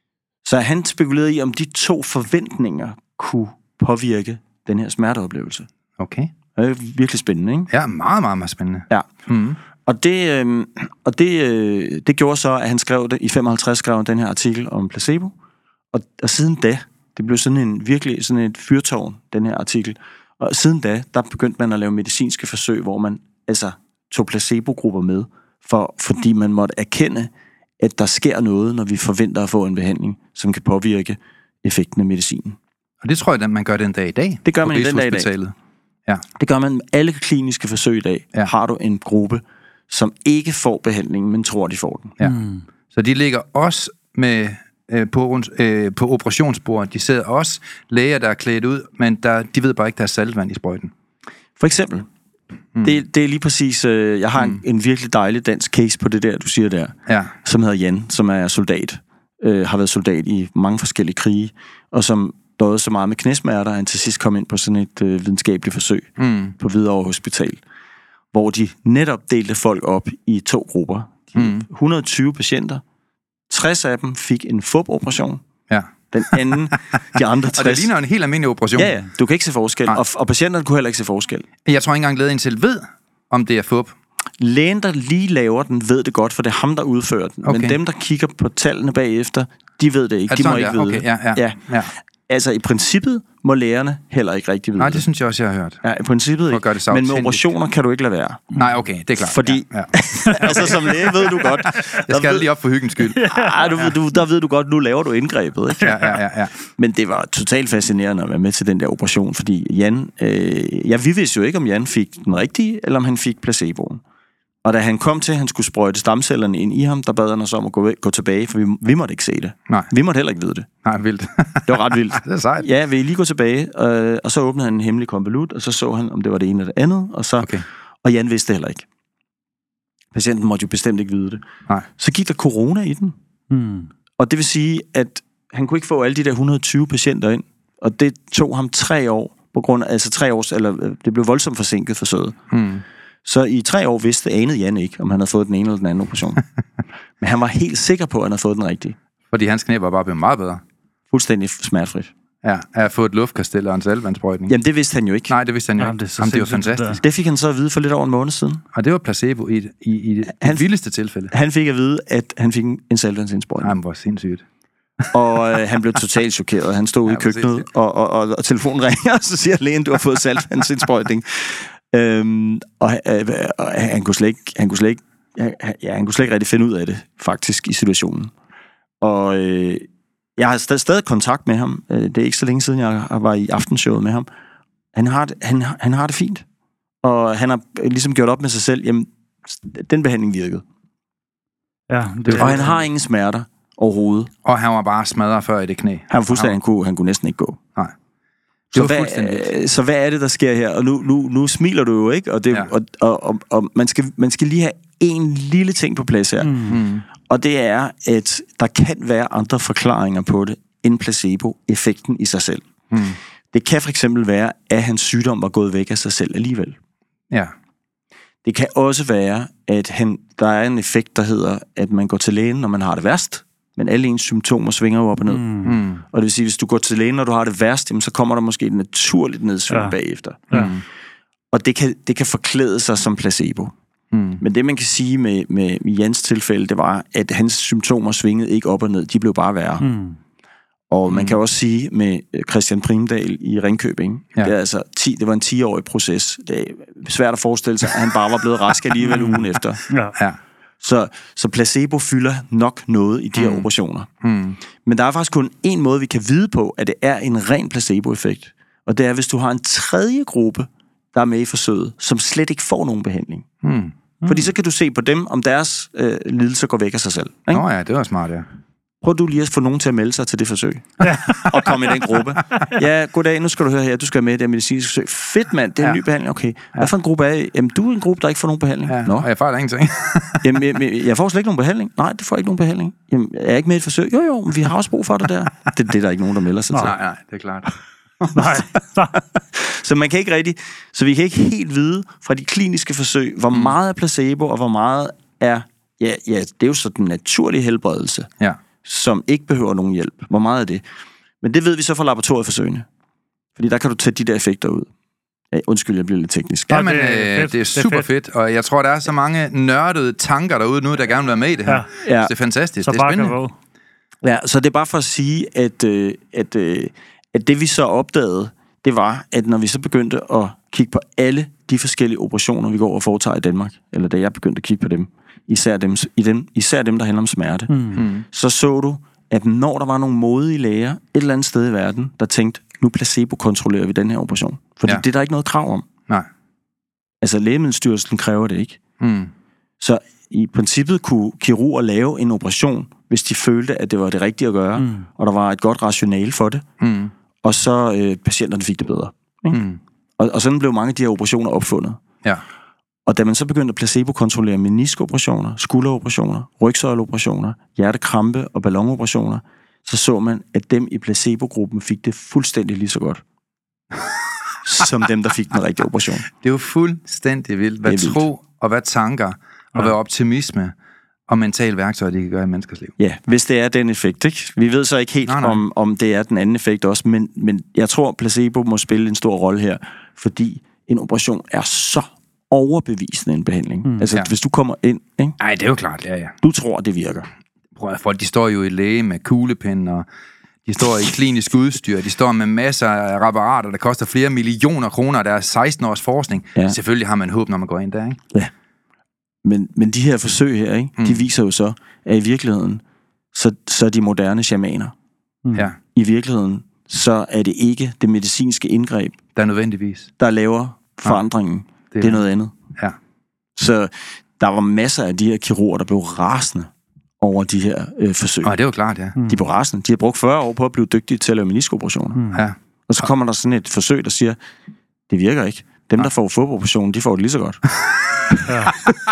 Så han spekulerede i, om de to forventninger kunne påvirke den her smerteoplevelse. Okay. Det er virkelig spændende, ikke? Ja, meget, meget, meget spændende. Ja. Mm. Og, det, øh, og det, øh, det gjorde så, at han skrev det, i femoghalvtreds skrev han den her artikel om placebo. Og, og siden da, det blev sådan en virkelig sådan et fyrtårn, den her artikel. Og siden da, der begyndte man at lave medicinske forsøg, hvor man altså tog placebo-grupper med, for, fordi man måtte erkende, at der sker noget, når vi forventer at få en behandling, som kan påvirke effekten af medicinen. Og det tror jeg, at man gør den dag i dag. Det gør man den dag i dag. Ja. Det gør man med alle kliniske forsøg i dag. Ja. Har du en gruppe, som ikke får behandlingen, men tror, de får den. Ja. Mm. Så de ligger også med øh, på, øh, på operationsbordet. De sidder også læger, der er klædt ud, men der, de ved bare ikke, der er saltvand i sprøjten. For eksempel. Mm. Det, det er lige præcis... Øh, jeg har mm. en, en virkelig dejlig dansk case på det der, du siger der, ja. Som hedder Jan, som er soldat. Øh, har været soldat i mange forskellige krige, og som døde så meget med knæsmerter, at han til sidst kom ind på sådan et øh, videnskabeligt forsøg mm. på Hvidovre Hospital, hvor de netop delte folk op i to grupper. De mm. et hundrede og tyve patienter. tres af dem fik en fup-operation. Ja. Den anden, de andre tres... Og det ligner en helt almindelig operation. Ja, ja. Du kan ikke se forskel. Og, og patienterne kunne heller ikke se forskel. Jeg tror ikke engang, lægen selv ved, om det er fup. Lægen, der lige laver den, ved det godt, for det er ham, der udfører den. Okay. Men dem, der kigger på tallene bagefter, de ved det ikke. De må ikke vide okay. ja, ja. Ja. Ja. Altså, i princippet må lægerne heller ikke rigtig vide. Nej, det synes jeg også, jeg har hørt. Ja, i princippet ikke. Det men med operationer kan du ikke lade være. Nej, okay, det er klart. Fordi, ja, ja. altså som læge ved du godt... Jeg skal ved, lige op for hyggens skyld. Ja, du, du, der ved du godt, nu laver du indgrebet, ikke? Ja, ja, ja, ja. Men det var totalt fascinerende at være med til den der operation, fordi Jan... Øh, ja, vi vidste jo ikke, om Jan fik den rigtige, eller om han fik placeboen. Og da han kom til, at han skulle sprøjte stamcellerne ind i ham, der bad han os om at gå, gå tilbage, for vi, vi måtte ikke se det. Nej. Vi måtte heller ikke vide det. Nej, vildt. Det var ret vildt. Det er sejt. Ja, vi lige gå tilbage, øh, og så åbnede han en hemmelig konvolut, og så så han, om det var det ene eller det andet, og, så, okay. og Jan vidste det heller ikke. Patienten måtte jo bestemt ikke vide det. Nej. Så gik der corona i den. Mm. Og det vil sige, at han kunne ikke få alle de der et hundrede og tyve patienter ind. Og det tog ham tre år, på grund af, altså tre års, eller det blev voldsomt forsinket forsøget. Mm. Så i tre år vidste, anede Jan ikke, om han havde fået den ene eller den anden operation. Men han var helt sikker på, at han havde fået den rigtige. Fordi hans knæ var bare blevet meget bedre. Fuldstændig smertefrit. Ja, at få et luftkastel og en saltvandssprøjtning. Jamen, det vidste han jo ikke. Nej, det vidste han jo Jamen, ikke. det er så Jamen, det var sindssygt, fantastisk. Det fik han så at vide for lidt over en måned siden. Og det var placebo i, i, i det Han- vildeste tilfælde. Han fik at vide, at han fik en saltvandsindsprøjtning. Jamen, hvor sindssygt. Og øh, han blev totalt chokeret. Han stod ude Ja, i køkkenet, og, og, og, og telefonen ringer, og så siger lægen, du har fået saltvandsindsprøjtning. øhm, og øh, og han kunne slet ikke, han kunne slet ikke, ja, han kunne slet ikke rigtig finde ud af det, faktisk, i situationen. Og øh, jeg har stadig, stadig kontakt med ham. Det er ikke så længe siden, jeg var i aftenshowet med ham. Han har det, han, han har det fint. Og han har ligesom gjort op med sig selv, jamen, den behandling virkede. Ja, det Og han har ingen smerter overhovedet. Og han var bare smadret før i det knæ. Han var fuldstændig, han kunne, han kunne næsten ikke gå. Nej. Det Så var hvad, fuldstændig. øh, så hvad er det, der sker her? Og nu, nu, nu smiler du jo, ikke? Og, det, Ja. og, og, og, og man, skal, man skal lige have en lille ting på plads her. Mm. Og det er, at der kan være andre forklaringer på det, end placebo-effekten i sig selv. Mm. Det kan for eksempel være, at hans sygdom var gået væk af sig selv alligevel. Ja. Det kan også være, at han, der er en effekt, der hedder, at man går til lægen, når man har det værst, men alle ens symptomer svinger jo op og ned. Mm. Mm. Og det vil sige, hvis du går til lægen, når du har det værst, jamen, så kommer der måske et naturligt nedsving Ja. bagefter. Ja. Mm. Og det kan, det kan forklæde sig som placebo. Mm. Men det, man kan sige med, med, med Jans tilfælde, det var, at hans symptomer svingede ikke op og ned. De blev bare værre. Mm. Og man kan også sige med Christian Primdal i Ringkøbing, Ja. ja. det, er altså ti, det var en ti-årig proces. Det er svært at forestille sig, at han bare var blevet rask alligevel ugen efter. Ja. Ja. Så, så placebo fylder nok noget i de her Mm. operationer. Mm. Men der er faktisk kun én måde, vi kan vide på, at det er en ren placeboeffekt. Og det er, hvis du har en tredje gruppe, der er med i forsøget, som slet ikke får nogen behandling. Mm. Fordi så kan du se på dem, om deres øh, lidelser går væk af sig selv. Ikke? Nå ja, det var smart, ja. Prøv du lige at få nogen til at melde sig til det forsøg. Og komme i den gruppe. Ja, goddag, nu skal du høre her, du skal med i det medicinske forsøg. Fedt mand, det er en Ja. ny behandling. Okay, hvad for en gruppe er I? Jamen, du er en gruppe, der ikke får nogen behandling. ja. Nå, Og jeg fejler ingenting. jamen, jeg, jeg får slet ikke nogen behandling. Nej, det får ikke nogen behandling. Jamen, er jeg ikke med i et forsøg? Jo, jo, men vi har også brug for det der. Det, det er der ikke nogen, der melder sig til. nej, nej, det er klart. Nej. Nej. Så man kan ikke rigtig, så vi kan ikke helt vide fra de kliniske forsøg, hvor meget er placebo, og hvor meget er, ja, ja, det er jo så den naturlige helbredelse, Ja. som ikke behøver nogen hjælp. Hvor meget er det? Men det ved vi så fra laboratorieforsøgene. Fordi der kan du tage de der effekter ud. Ja, undskyld, jeg bliver lidt teknisk. Jamen, det er det fedt. er, det er Det er super fedt. fedt. Og jeg tror, der er så mange nørdede tanker derude nu, der gerne vil være med i det her. Ja. Ja. Det er fantastisk. Så det er bare kan spændende. gå. Ja, så det er bare for at sige, at, øh, at, øh, at det vi så opdagede, det var, at når vi så begyndte at kigge på alle de forskellige operationer, vi går og foretager i Danmark, eller da jeg begyndte at kigge på dem, især dem, i dem, især dem der handler om smerte, mm. Mm. så så du, at når der var nogle modige læger et eller andet sted i verden, der tænkte, nu placebo-kontrollerer vi den her operation. Fordi Ja. det er der ikke noget krav om. Nej. Altså Lægemiddelstyrelsen kræver det ikke. Mm. Så i princippet kunne kirurger lave en operation, hvis de følte, at det var det rigtige at gøre, mm. og der var et godt rationale for det, Mm. og så øh, patienterne fik det bedre. Ikke? Mm. Og, og sådan blev mange af de her operationer opfundet. Ja. Og da man så begyndte at placebo-kontrollere meniskoperationer, skulderoperationer, rygsøjleoperationer, hjertekrampe og ballonoperationer, så så man, at dem i placebo-gruppen fik det fuldstændig lige så godt, som dem, der fik den rigtige operation. Det er jo fuldstændig vildt, hvad Det er vildt. tro og hvad tanker og hvad optimisme og mental værktøj, de kan gøre i menneskers liv. Ja, hvis det er den effekt, ikke? Vi ved så ikke helt, Nej, nej. Om, om det er den anden effekt også, men, men jeg tror, placebo må spille en stor rolle her, fordi en operation er så overbevisende en behandling. Mm, altså, ja. hvis du kommer ind, ikke? Nej, det er jo klart, ja, ja. Du tror, det virker. Prøv at, folk, de står jo i læge med kuglepen, og de står i klinisk udstyr, de står med masser af apparater, der koster flere millioner kroner, der er seksten års forskning. Ja. Selvfølgelig har man håb, når man går ind der, ikke? Ja. Men, men de her forsøg her, ikke? Mm. De viser jo så, at i virkeligheden, så, så er de moderne shamaner. Mm. Ja, I virkeligheden, så er det ikke det medicinske indgreb, der er nødvendigvis. der laver forandringen. Det Det er- er, det er noget andet. Ja. Så der var masser af de her kirurger, der blev rasende over de her øh, forsøg. Og det er jo klart, ja. De blev rasende. De har brugt fyrre år på at blive dygtige til at lave meniskoperationer. Mm. Ja. Og så kommer der sådan et forsøg, der siger, det virker ikke. Dem, der får fodoperationen, de får det lige så godt. Ja.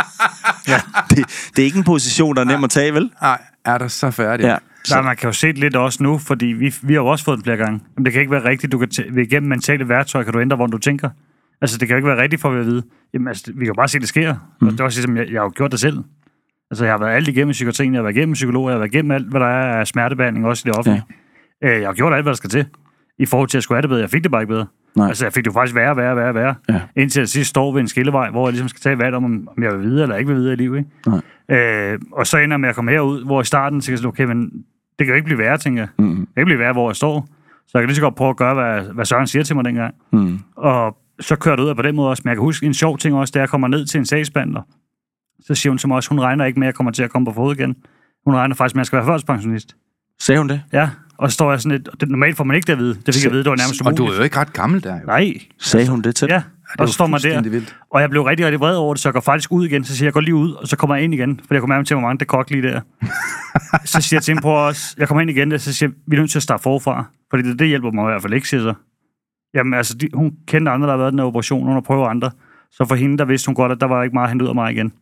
Ja. Det, det er ikke en position, der er nem at tage, vel? Nej, er der så færdig? Ja. Nej, man kan jo se det lidt også nu, fordi vi, vi har jo også fået den flere gange. Men det kan ikke være rigtigt, du kan t- ved igennem mentale værktøjer, kan du ændre, hvor du tænker. Altså, det kan jo ikke være rigtigt for at vide. Jamen, altså, vi kan jo bare se, det sker. Mm. Og det er også ligesom, jeg, jeg har jo gjort det selv. Altså, jeg har været alt igennem psykiatrien, jeg har været igennem psykolog, jeg har været igennem alt, hvad der er af smertebehandling, også i det offentlige. Ja. Jeg har gjort alt, hvad der skal til, i forhold til at skulle have det bedre. Jeg fik det bare ikke bedre. Nej. Altså, jeg fik det jo faktisk værre, værre, værre, værre. Ja. Indtil jeg sidst står ved en skillevej, hvor jeg ligesom skal tage valg om, om jeg vil videre eller ikke vil videre i livet. Ikke? Øh, og så ender jeg med at komme herud, hvor i starten så kan jeg sige, okay, men det kan jo ikke blive værre, tænker jeg. Mm. Det kan ikke blive værre, hvor jeg står. Så jeg kan lige så godt prøve at gøre, hvad, hvad Søren siger til mig dengang. Mm. Og så kører det ud af på den måde også. Men jeg kan huske en sjov ting også, da jeg kommer ned til en sagsbehandler. Så siger hun til mig også, hun regner ikke med, at jeg kommer til at komme på fod igen. Hun regner faktisk med, at jeg skal være førtidspensionist. Sagde hun det? Ja, og så står jeg sådan lidt, det, normalt får man ikke det at vide. Det fik jeg at vide, det var nærmest umuligt. Og du er jo ikke ret gammel der, jo. Nej. Sagde hun det til? Ja, og så står man der, vildt. Og jeg blev rigtig, rigtig vred over det, så jeg går faktisk ud igen. Så siger jeg, jeg går lige ud, og så kommer jeg ind igen. For jeg kommer med til, hvor mange det kok lige der. Så siger jeg til hende på os, jeg kommer ind igen, og så siger jeg, vi er nødt til at starte forfra. Fordi det, det hjælper mig i hvert fald ikke, siger så. Jamen altså, de, hun kendte andre, der har været den her operation, hun har prøvet andre. Så for hende, der vidste hun godt, at der var ikke meget at hente ud af mig igen.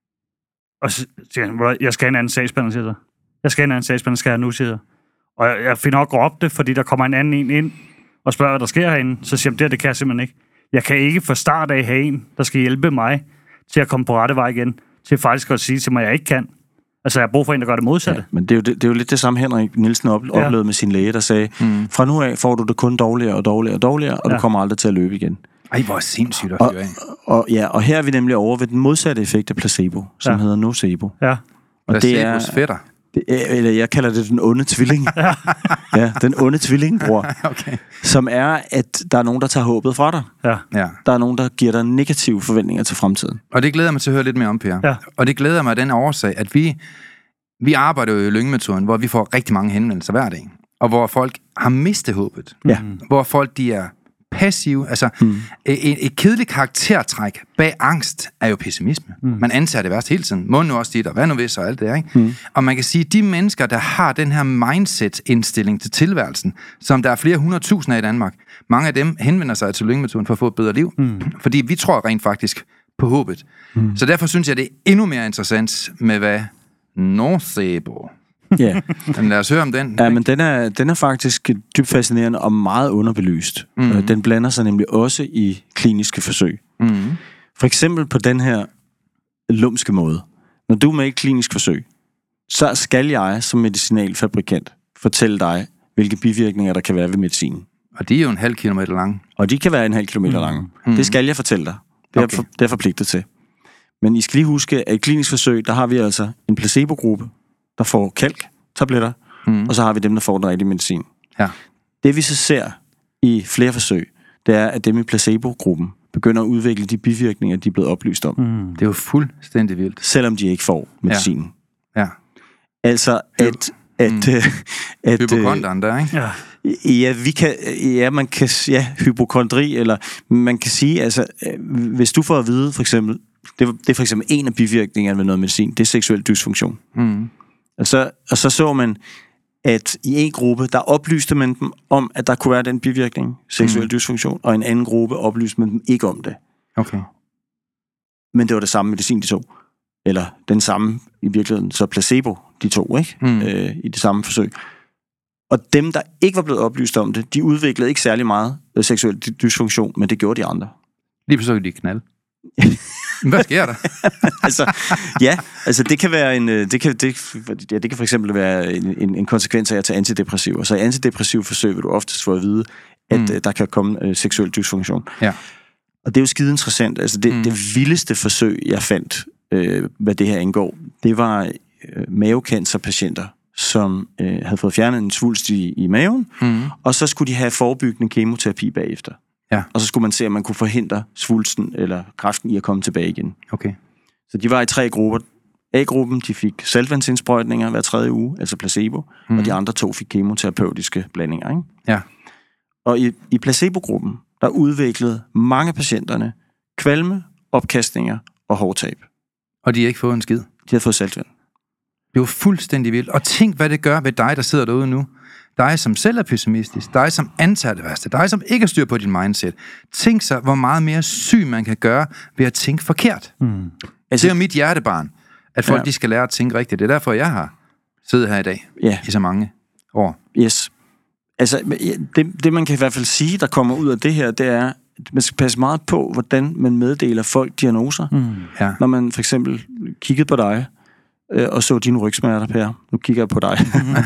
Og så siger han, jeg skal have en anden sagsbehandler, siger så. Jeg skal have en anden sagsbehandler, skal jeg nu, siger jeg. Og jeg, jeg finder nok op det, fordi der kommer en anden en ind og spørger, hvad der sker herinde. Så siger jeg, det, det kan jeg simpelthen ikke. Jeg kan ikke fra start af have en, der skal hjælpe mig til at komme på rette vej igen. Til faktisk at sige til mig, at jeg ikke kan. Altså, jeg har brug for en, der gør det modsatte. Ja, men det er, jo, det, det er jo lidt det samme, Henrik Nielsen op, ja. oplevede med sin læge, der sagde, mm. fra nu af får du det kun dårligere og dårligere og dårligere, og ja. du kommer aldrig til at løbe igen. Ej, hvor sindssygt at høre af. Og, ja, og her er vi nemlig over ved den modsatte effekt af placebo, som ja. hedder nocebo. Ja. Og det er fætter. Det er, eller jeg kalder det den onde tvilling. ja. ja, den onde tvillingbror. okay. Som er, at der er nogen, der tager håbet fra dig. Ja. ja. Der er nogen, der giver dig negative forventninger til fremtiden. Og det glæder mig til at høre lidt mere om, Per. Ja. Og det glæder mig af den årsag, at vi, vi arbejder jo i Lyngemetoden, hvor vi får rigtig mange henvendelser hver dag. Og hvor folk har mistet håbet. Ja. Hvor folk, de er passive. Altså, mm. et, et kedeligt karaktertræk bag angst er jo pessimisme. Mm. Man antager det værst hele tiden. Må nu også dit, og hvad nu hvis, og alt det, ikke? Mm. Og man kan sige, at de mennesker, der har den her mindset-indstilling til tilværelsen, som der er flere hundrede tusind af i Danmark, mange af dem henvender sig til Lyngemetoden for at få et bedre liv. Mm. Fordi vi tror rent faktisk på håbet. Mm. Så derfor synes jeg, det er endnu mere interessant med, hvad nocebo. Ja. Men lad os høre om den. Ja, men den er, den er faktisk dybt fascinerende og meget underbelyst. Mm-hmm. Den blander sig nemlig også i kliniske forsøg. Mm-hmm. For eksempel på den her lumske måde. Når du er med i et klinisk forsøg, så skal jeg som medicinalfabrikant fortælle dig, hvilke bivirkninger der kan være ved medicinen. Og de er jo en halv kilometer lange. Og de kan være en halv kilometer lange. Mm-hmm. Det skal jeg fortælle dig. Det er, okay. for, det er forpligtet til. Men I skal lige huske, at i et klinisk forsøg, der har vi altså en placebo-gruppe, der får kalk-tabletter, mm. og så har vi dem, der får den rigtige medicin. Ja. Det vi så ser i flere forsøg, det er, at dem i placebo-gruppen begynder at udvikle de bivirkninger, de er blevet oplyst om. Mm. Det er jo fuldstændig vildt. Selvom de ikke får medicinen. Ja. ja. Altså, at... at, mm. at hypokonderen der, ikke? Ja. Ja, vi kan, ja, man kan, ja, hypokondri, eller man kan sige, altså, hvis du får at vide, for eksempel, det, det er for eksempel en af bivirkningerne ved noget medicin, det er seksuel dysfunktion. Mm. Og, så, og så så man, at i en gruppe, der oplyste man dem om, at der kunne være den bivirkning, seksuel mm. dysfunktion, og i en anden gruppe oplyste man dem ikke om det. Okay. Men det var det samme medicin, de tog. Eller den samme, i virkeligheden, så placebo, de tog, ikke? Mm. Øh, i det samme forsøg. Og dem, der ikke var blevet oplyst om det, de udviklede ikke særlig meget seksuel dysfunktion, men det gjorde de andre. Lige pludselig de knalde. Hvad sker der? altså, ja, altså det kan være en, det kan, det, ja, det kan for eksempel være en, en, en konsekvens af at tage antidepressiver. Så i antidepressiv forsøg vil du oftest få at vide, at mm. der kan komme uh, seksuel dysfunktion. Ja. Og det er jo skide interessant. Altså det, mm. det vildeste forsøg, jeg fandt, øh, hvad det her angår, det var øh, mavecancerpatienter, som øh, havde fået fjernet en svulst i, i maven, mm. og så skulle de have forebyggende kemoterapi bagefter. Ja. Og så skulle man se, om man kunne forhindre svulsten eller kræften i at komme tilbage igen. Okay. Så de var i tre grupper. A-gruppen, de fik saltvandsindsprøjtninger hver tredje uge, altså placebo, mm. og de andre to fik kemoterapeutiske blandinger. Ikke? Ja. Og i, i placebo-gruppen, der udviklede mange patienterne kvalme, opkastninger og hårtab. Og de har ikke fået en skid? De har fået saltvand. Det er jo fuldstændig vildt. Og tænk, hvad det gør ved dig, der sidder derude nu. dig som selv er pessimistisk, dig som antager det værste, dig som ikke har styr på dit mindset. Tænk sig, hvor meget mere syg man kan gøre ved at tænke forkert. Mm. Altså, det er mit hjertebarn, at folk ja. de skal lære at tænke rigtigt. Det er derfor, jeg har siddet her i dag ja. i så mange år. Yes. Altså, det, det man kan i hvert fald sige, der kommer ud af det her, det er, at man skal passe meget på, hvordan man meddeler folk diagnoser. Mm. Ja. Når man for eksempel kiggede på dig, øh, og så dine rygsmerter, Per. Nu kigger jeg på dig.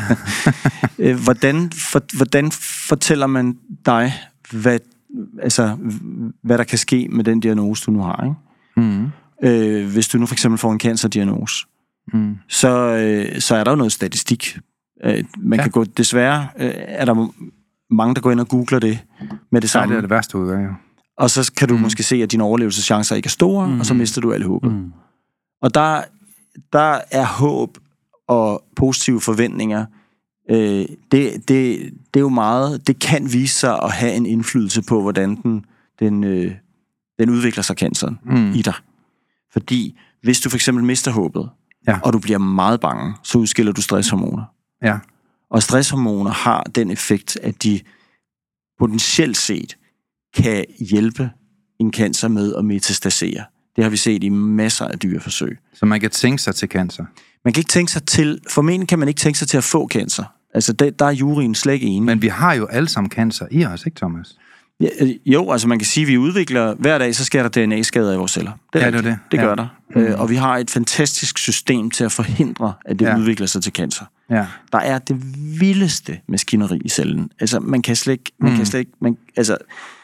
øh, hvordan, for, hvordan fortæller man dig, hvad, altså, hvad der kan ske med den diagnose, du nu har, ikke? Mm. Øh, hvis du nu for eksempel får en cancerdiagnose, mm. så, øh, så er der jo noget statistik. Øh, man ja. kan gå, desværre øh, er der mange, der går ind og googler det med det samme. Ja, det er det værste ud af, ja. Og så kan du mm. måske se, at dine overlevelseschancer ikke er store, mm. og så mister du alle håbet. Mm. Og der, der er håb og positive forventninger, øh, det, det, det er jo meget, det kan vise sig at have en indflydelse på, hvordan den, den, øh, den udvikler sig, canceren, mm. i dig. Fordi hvis du for eksempel mister håbet, ja. og du bliver meget bange, så udskiller du stresshormoner. Ja. Og stresshormoner har den effekt, at de potentielt set kan hjælpe en cancer med at metastasere. Det har vi set i masser af dyreforsøg. Så man kan tænke sig til cancer? Man kan ikke tænke sig til, formentlig kan man ikke tænke sig til at få cancer. Altså, der, der er juryen slet ikke enig. Men vi har jo alle sammen cancer i os, ikke Thomas? Ja, jo, altså man kan sige, at vi udvikler, hver dag, så sker der D N A-skader i vores celler. Det er ja, det, er det. det gør ja. der. Mm. Øh, og vi har et fantastisk system til at forhindre, at det ja. udvikler sig til cancer. Ja. Der er det vildeste maskineri i cellen. Altså, man kan slet ikke... Man mm. kan slet ikke man, altså,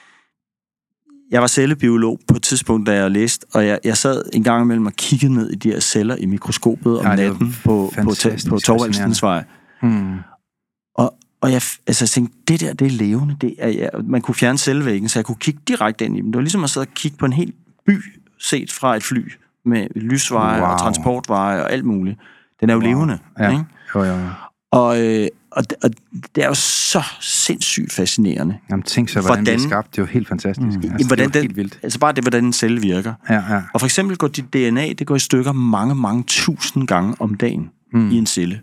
jeg var cellebiolog på et tidspunkt, da jeg læste, og jeg, jeg sad en gang imellem og kiggede ned i de her celler i mikroskopet om ja, natten på, på, på Thorvaldsensvej. Mm. Og, og jeg, altså, jeg tænkte, det der, det er levende. Det er, ja, man kunne fjerne cellevæggen, så jeg kunne kigge direkte ind i dem. Det var ligesom at sidde og kigge på en hel by, set fra et fly, med lysveje wow. og transportveje og alt muligt. Den er jo wow. levende. Ja. Ikke? Jo, jo, jo. Og, øh, og, og det er jo så sindssygt fascinerende. Jamen tænk så, hvordan, hvordan det er skabt. Det er jo helt fantastisk. Mm. Altså, hvordan det er jo den, helt vildt. Altså bare det, hvordan en celle virker. Ja, ja. Og for eksempel går dit D N A, det går i stykker mange, mange tusind gange om dagen mm. i en celle.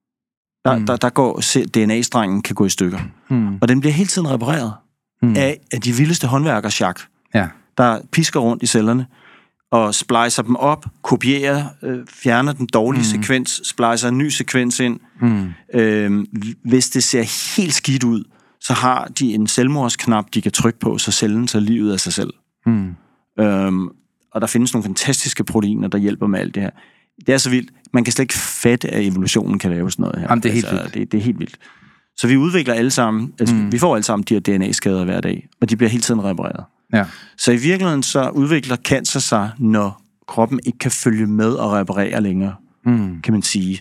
Der, mm. der, der går D N A-strengen kan gå i stykker. Mm. Og den bliver hele tiden repareret mm. af, af de vildeste håndværkersjak, ja. der pisker rundt i cellerne og splicer dem op, kopierer, øh, fjerner den dårlige mm. sekvens, splicer en ny sekvens ind. Mm. Øh, hvis det ser helt skidt ud, så har de en selvmordsknap, de kan trykke på, så cellen tager livet af sig selv. Mm. Øh, og der findes nogle fantastiske proteiner, der hjælper med alt det her. Det er så vildt. Man kan slet ikke fatte, at evolutionen kan lave sådan noget her. Jamen, det er helt altså, vildt. Det, det er helt vildt. Så vi udvikler alle sammen, altså mm. vi får alle sammen de her D N A-skader hver dag, og de bliver hele tiden repareret. Ja. Så i virkeligheden så udvikler cancer sig, når kroppen ikke kan følge med og reparere længere, mm. kan man sige.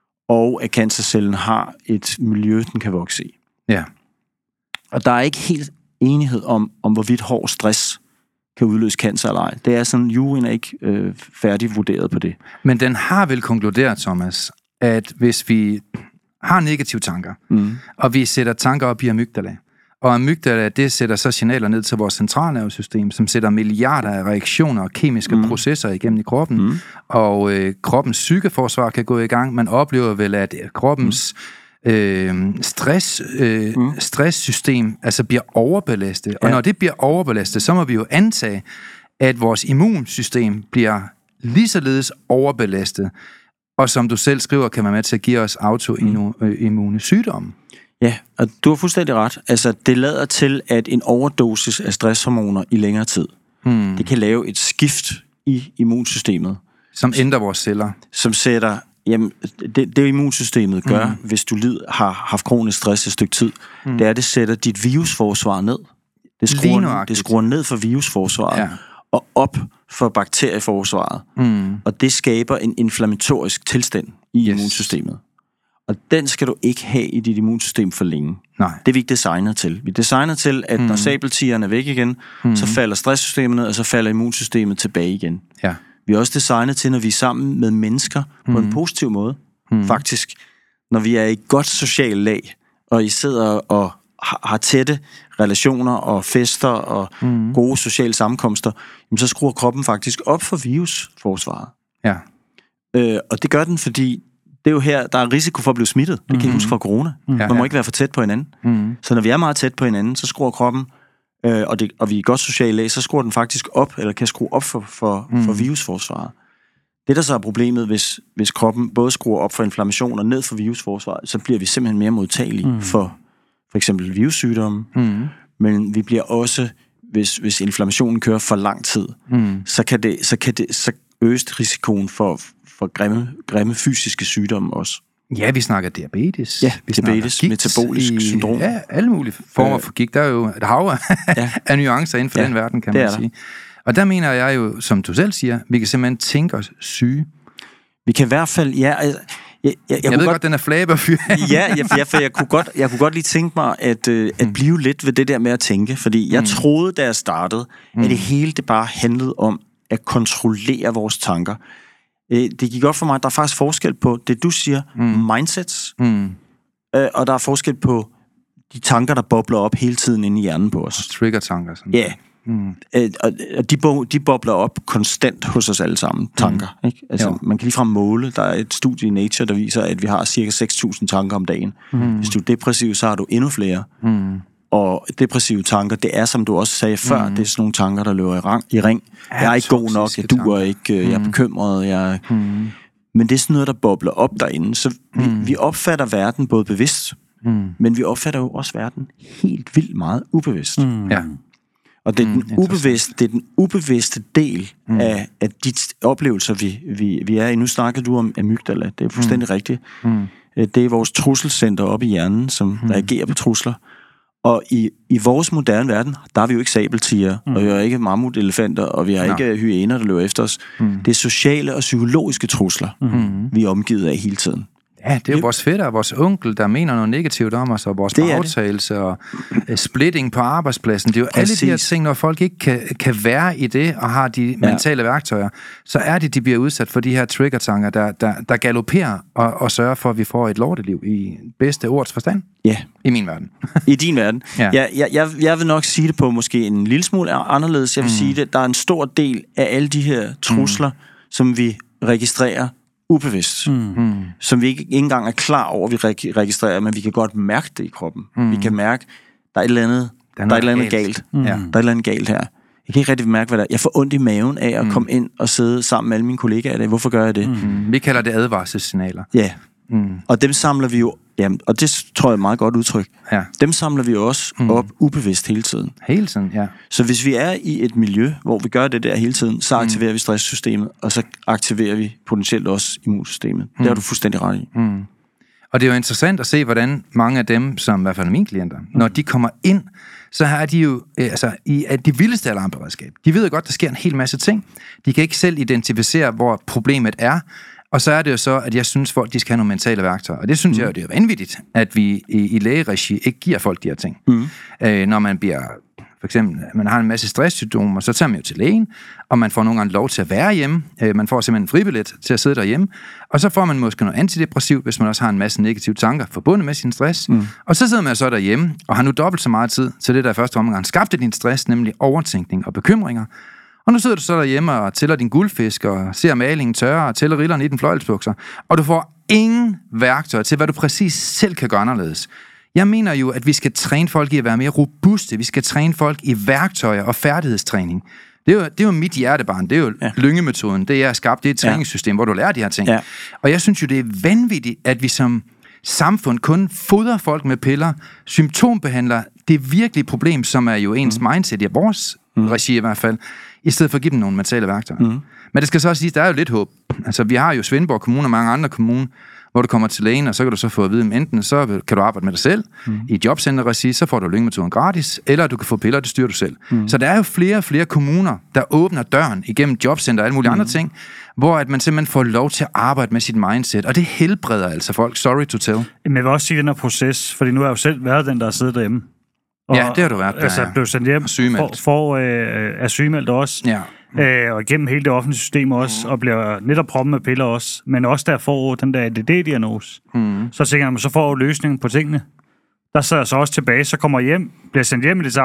Og at cancercellen har et miljø, den kan vokse i. Ja. Og der er ikke helt enighed om, om hvorvidt hård stress kan udløse cancer eller ej. Det er sådan, juryen er ikke øh, færdig vurderet på det. Men den har vel konkluderet, Thomas, at hvis vi har negative tanker, mm. og vi sætter tanker op i amygdala, og amygdala, det sætter så signaler ned til vores centralnervesystem, som sætter milliarder af reaktioner og kemiske mm. processer igennem i kroppen, mm. og øh, kroppens psykeforsvar kan gå i gang. Man oplever vel, at kroppens mm. øh, stress, øh, mm. stresssystem altså bliver overbelastet. Ja. Og når det bliver overbelastet, så må vi jo antage, at vores immunsystem bliver lige således overbelastet. Og som du selv skriver, kan man med til at give os autoimmune sygdomme. Ja, og du har fuldstændig ret. Altså, det lader til, at en overdosis af stresshormoner i længere tid, hmm. det kan lave et skift i immunsystemet. Som ændrer vores celler. Som sætter, jamen, det, det immunsystemet gør, hmm. hvis du lid, har haft kronisk stress et stykke tid, hmm. det er, at det sætter dit virusforsvar ned. Det skruer, det skruer ned for virusforsvaret, ja. og op for bakterieforsvaret. Hmm. Og det skaber en inflammatorisk tilstand i yes. immunsystemet. Og den skal du ikke have i dit immunsystem for længe. Nej. Det er vi ikke designet til. Vi er designet til, at mm. når sabeltigeren er væk igen, mm. så falder stresssystemet ned, og så falder immunsystemet tilbage igen. Ja. Vi er også designet til, når vi er sammen med mennesker mm. på en positiv måde. Mm. Faktisk, når vi er i et godt socialt lag, og I sidder og har tætte relationer og fester og mm. gode sociale sammenkomster, så skruer kroppen faktisk op for virusforsvaret. Ja. Øh, og det gør den, fordi det er jo her, der er risiko for at blive smittet. Det kan mm-hmm. I huske fra corona. Mm-hmm. Man må ikke være for tæt på hinanden. Mm-hmm. Så når vi er meget tæt på hinanden, så skruer kroppen, øh, og, det, og vi er godt socialt lag, så skruer den faktisk op, eller kan skrue op for, for, mm. for virusforsvaret. Det, der så er problemet, hvis, hvis kroppen både skruer op for inflammation og ned for virusforsvaret, så bliver vi simpelthen mere modtagelige mm. for for eksempel virussygdomme. Mm. Men vi bliver også, hvis, hvis inflammationen kører for lang tid, mm. så, kan det, så, kan det, så øges risikoen for, for grimme, grimme fysiske sygdomme også. Ja, vi snakker diabetes. Ja, vi diabetes, gigt, metabolisk i, syndrom. Ja, alle mulige former for gigt. Der er jo et hav ja. af nuancer inden for ja, den verden, kan man sige. Og der mener jeg jo, som du selv siger, vi kan simpelthen tænke os syge. Vi kan i hvert fald, ja... Altså, jeg, jeg, jeg, jeg ved godt, godt, den er flaberfyr. ja, ja, for jeg kunne godt, jeg kunne godt lige tænke mig at, øh, at blive lidt ved det der med at tænke, fordi jeg mm. troede, da jeg startede, mm. at det hele det bare handlede om at kontrollere vores tanker. Det gik op for mig, at der er faktisk forskel på det, du siger, mm. mindsets, mm. Øh, og der er forskel på de tanker, der bobler op hele tiden inde i hjernen på os. Trigger-tanker. Sådan. Ja, mm. øh, og de, bo, de bobler op konstant hos os alle sammen, tanker. Mm. Ikke? Altså, man kan ligefrem måle, der er et studie i Nature, der viser, at vi har cirka seks tusind tanker om dagen. Mm. Hvis du er depressiv, så har du endnu flere. Mm. Og depressive tanker, det er, som du også sagde før, mm. det er sådan nogle tanker, der løber i, rang, i ring. Ja, jeg er ikke god nok, jeg duer ikke, mm. jeg er bekymret, jeg... Mm. Men det er sådan noget, der bobler op derinde. Så vi, mm. vi opfatter verden både bevidst, mm. men vi opfatter jo også verden helt vildt meget ubevidst. Mm. Ja. Og det er, den mm, ubevidste, det er den ubevidste del mm. af, af de oplevelser, vi, vi, vi er i. Nu snakkede du om amygdala, det er fuldstændig mm. rigtigt. Mm. Det er vores trusselscenter oppe i hjernen, som mm. reagerer på trusler. Og i, i vores moderne verden, der er vi jo ikke sabeltiger, mm. og vi har ikke mammutelefanter, og vi har ja. ikke hyæner, der løber efter os. Mm. Det er sociale og psykologiske trusler, mm. vi er omgivet af hele tiden. Ja, det er jo vores fætter, vores onkel, der mener noget negativt om os, og vores aftagelse og uh, splitting på arbejdspladsen. Det er jo Præcis. alle de her ting, når folk ikke kan, kan være i det, og har de ja. mentale værktøjer, så er det, de bliver udsat for de her trigger-tanker, der, der, der galopperer og, og sørger for, at vi får et lorteliv i bedste ords forstand. Ja. I min verden. I din verden. Ja. Jeg, jeg, jeg, jeg vil nok sige det på måske en lille smule anderledes. Jeg vil mm. sige det, der er en stor del af alle de her trusler, mm. som vi registrerer ubevidst, mm. som vi ikke, ikke engang er klar over, vi registrerer, men vi kan godt mærke det i kroppen. Mm. Vi kan mærke, der er et eller andet, der er, der er et eller andet galt. galt. Mm. Ja. Der er et eller andet galt her. Jeg kan ikke rigtig mærke, hvad der er. Jeg får ondt i maven af at mm. komme ind og sidde sammen med alle mine kollegaer i dag. Hvorfor gør jeg det? Mm. Vi kalder det advarselssignaler. Ja, mm. og dem samler vi jo, jamen, og det tror jeg er et meget godt udtryk, ja. dem samler vi jo også mm. op ubevidst hele tiden. Hele tiden, ja. Så hvis vi er i et miljø, hvor vi gør det der hele tiden, så aktiverer mm. vi stresssystemet, og så aktiverer vi potentielt også immunsystemet. Mm. Det har du fuldstændig ret i. Mm. Og det er jo interessant at se, hvordan mange af dem, som i hvert fald mine klienter, mm. når de kommer ind, så har de jo altså, i at de vildeste alarmberedskab. De ved jo godt, der sker en hel masse ting. De kan ikke selv identificere, hvor problemet er. Og så er det jo så, at jeg synes, folk de skal have nogle mentale værktøjer. Og det synes mm. jeg jo, det er vanvittigt, at vi i, i lægeregi ikke giver folk de her ting. Mm. Øh, når man bliver, for eksempel, man har en masse stresssymptomer, så tager man jo til lægen, og man får nogle gange lov til at være hjemme. Øh, man får simpelthen en fribillet til at sidde derhjemme. Og så får man måske noget antidepressivt, hvis man også har en masse negative tanker forbundet med sin stress. Mm. Og så sidder man så derhjemme, og har nu dobbelt så meget tid til det, der i første omgang skabte din stress, nemlig overtænkning og bekymringer. Og nu sidder du så derhjemme og tæller din guldfisk, og ser malingen tørre, og tæller rillerne i den fløjelsbukser, og du får ingen værktøjer til, hvad du præcis selv kan gøre anderledes. Jeg mener jo, at vi skal træne folk i at være mere robuste. Vi skal træne folk i værktøjer og færdighedstræning. Det er jo, det er jo mit hjertebarn. Det er jo ja. lyngemetoden. Det, jeg har skabt, det er et træningssystem, ja. hvor du lærer de her ting. Ja. Og jeg synes jo, det er vanvittigt, at vi som samfund kun fodrer folk med piller, symptombehandler det virkelige problem, som er jo ens mm. mindset i vores mm. regi i hvert fald, i stedet for at give dem nogle mentale værktøjer. Mm. Men det skal så også sige, der er jo lidt håb. Altså, vi har jo Svendborg Kommune og mange andre kommuner, hvor du kommer til lægen, og så kan du så få at vide, om enten så kan du arbejde med dig selv, mm. i jobcenterregi, så får du lyngemetoden gratis, eller du kan få piller, det styrer du selv. Mm. Så der er jo flere og flere kommuner, der åbner døren igennem jobcenter og alle mulige mm. andre ting, hvor at man simpelthen får lov til at arbejde med sit mindset, og det helbreder altså folk. Sorry to tell. Men jeg vil også sige den her proces, fordi nu har jeg jo selv været den, der har siddet derhjemme. Og, ja, det har du været der, altså, ja. blev sendt hjem, for, for øh, er sygemeldt også, ja. mm. øh, og igennem hele det offentlige system også, mm. og bliver netop proppet med piller også, men også der får den der A D D-diagnose. Mm. Så tænker jeg, så får jeg løsningen på tingene. Der sidder jeg så også tilbage, så kommer jeg hjem, bliver sendt hjem i det samme,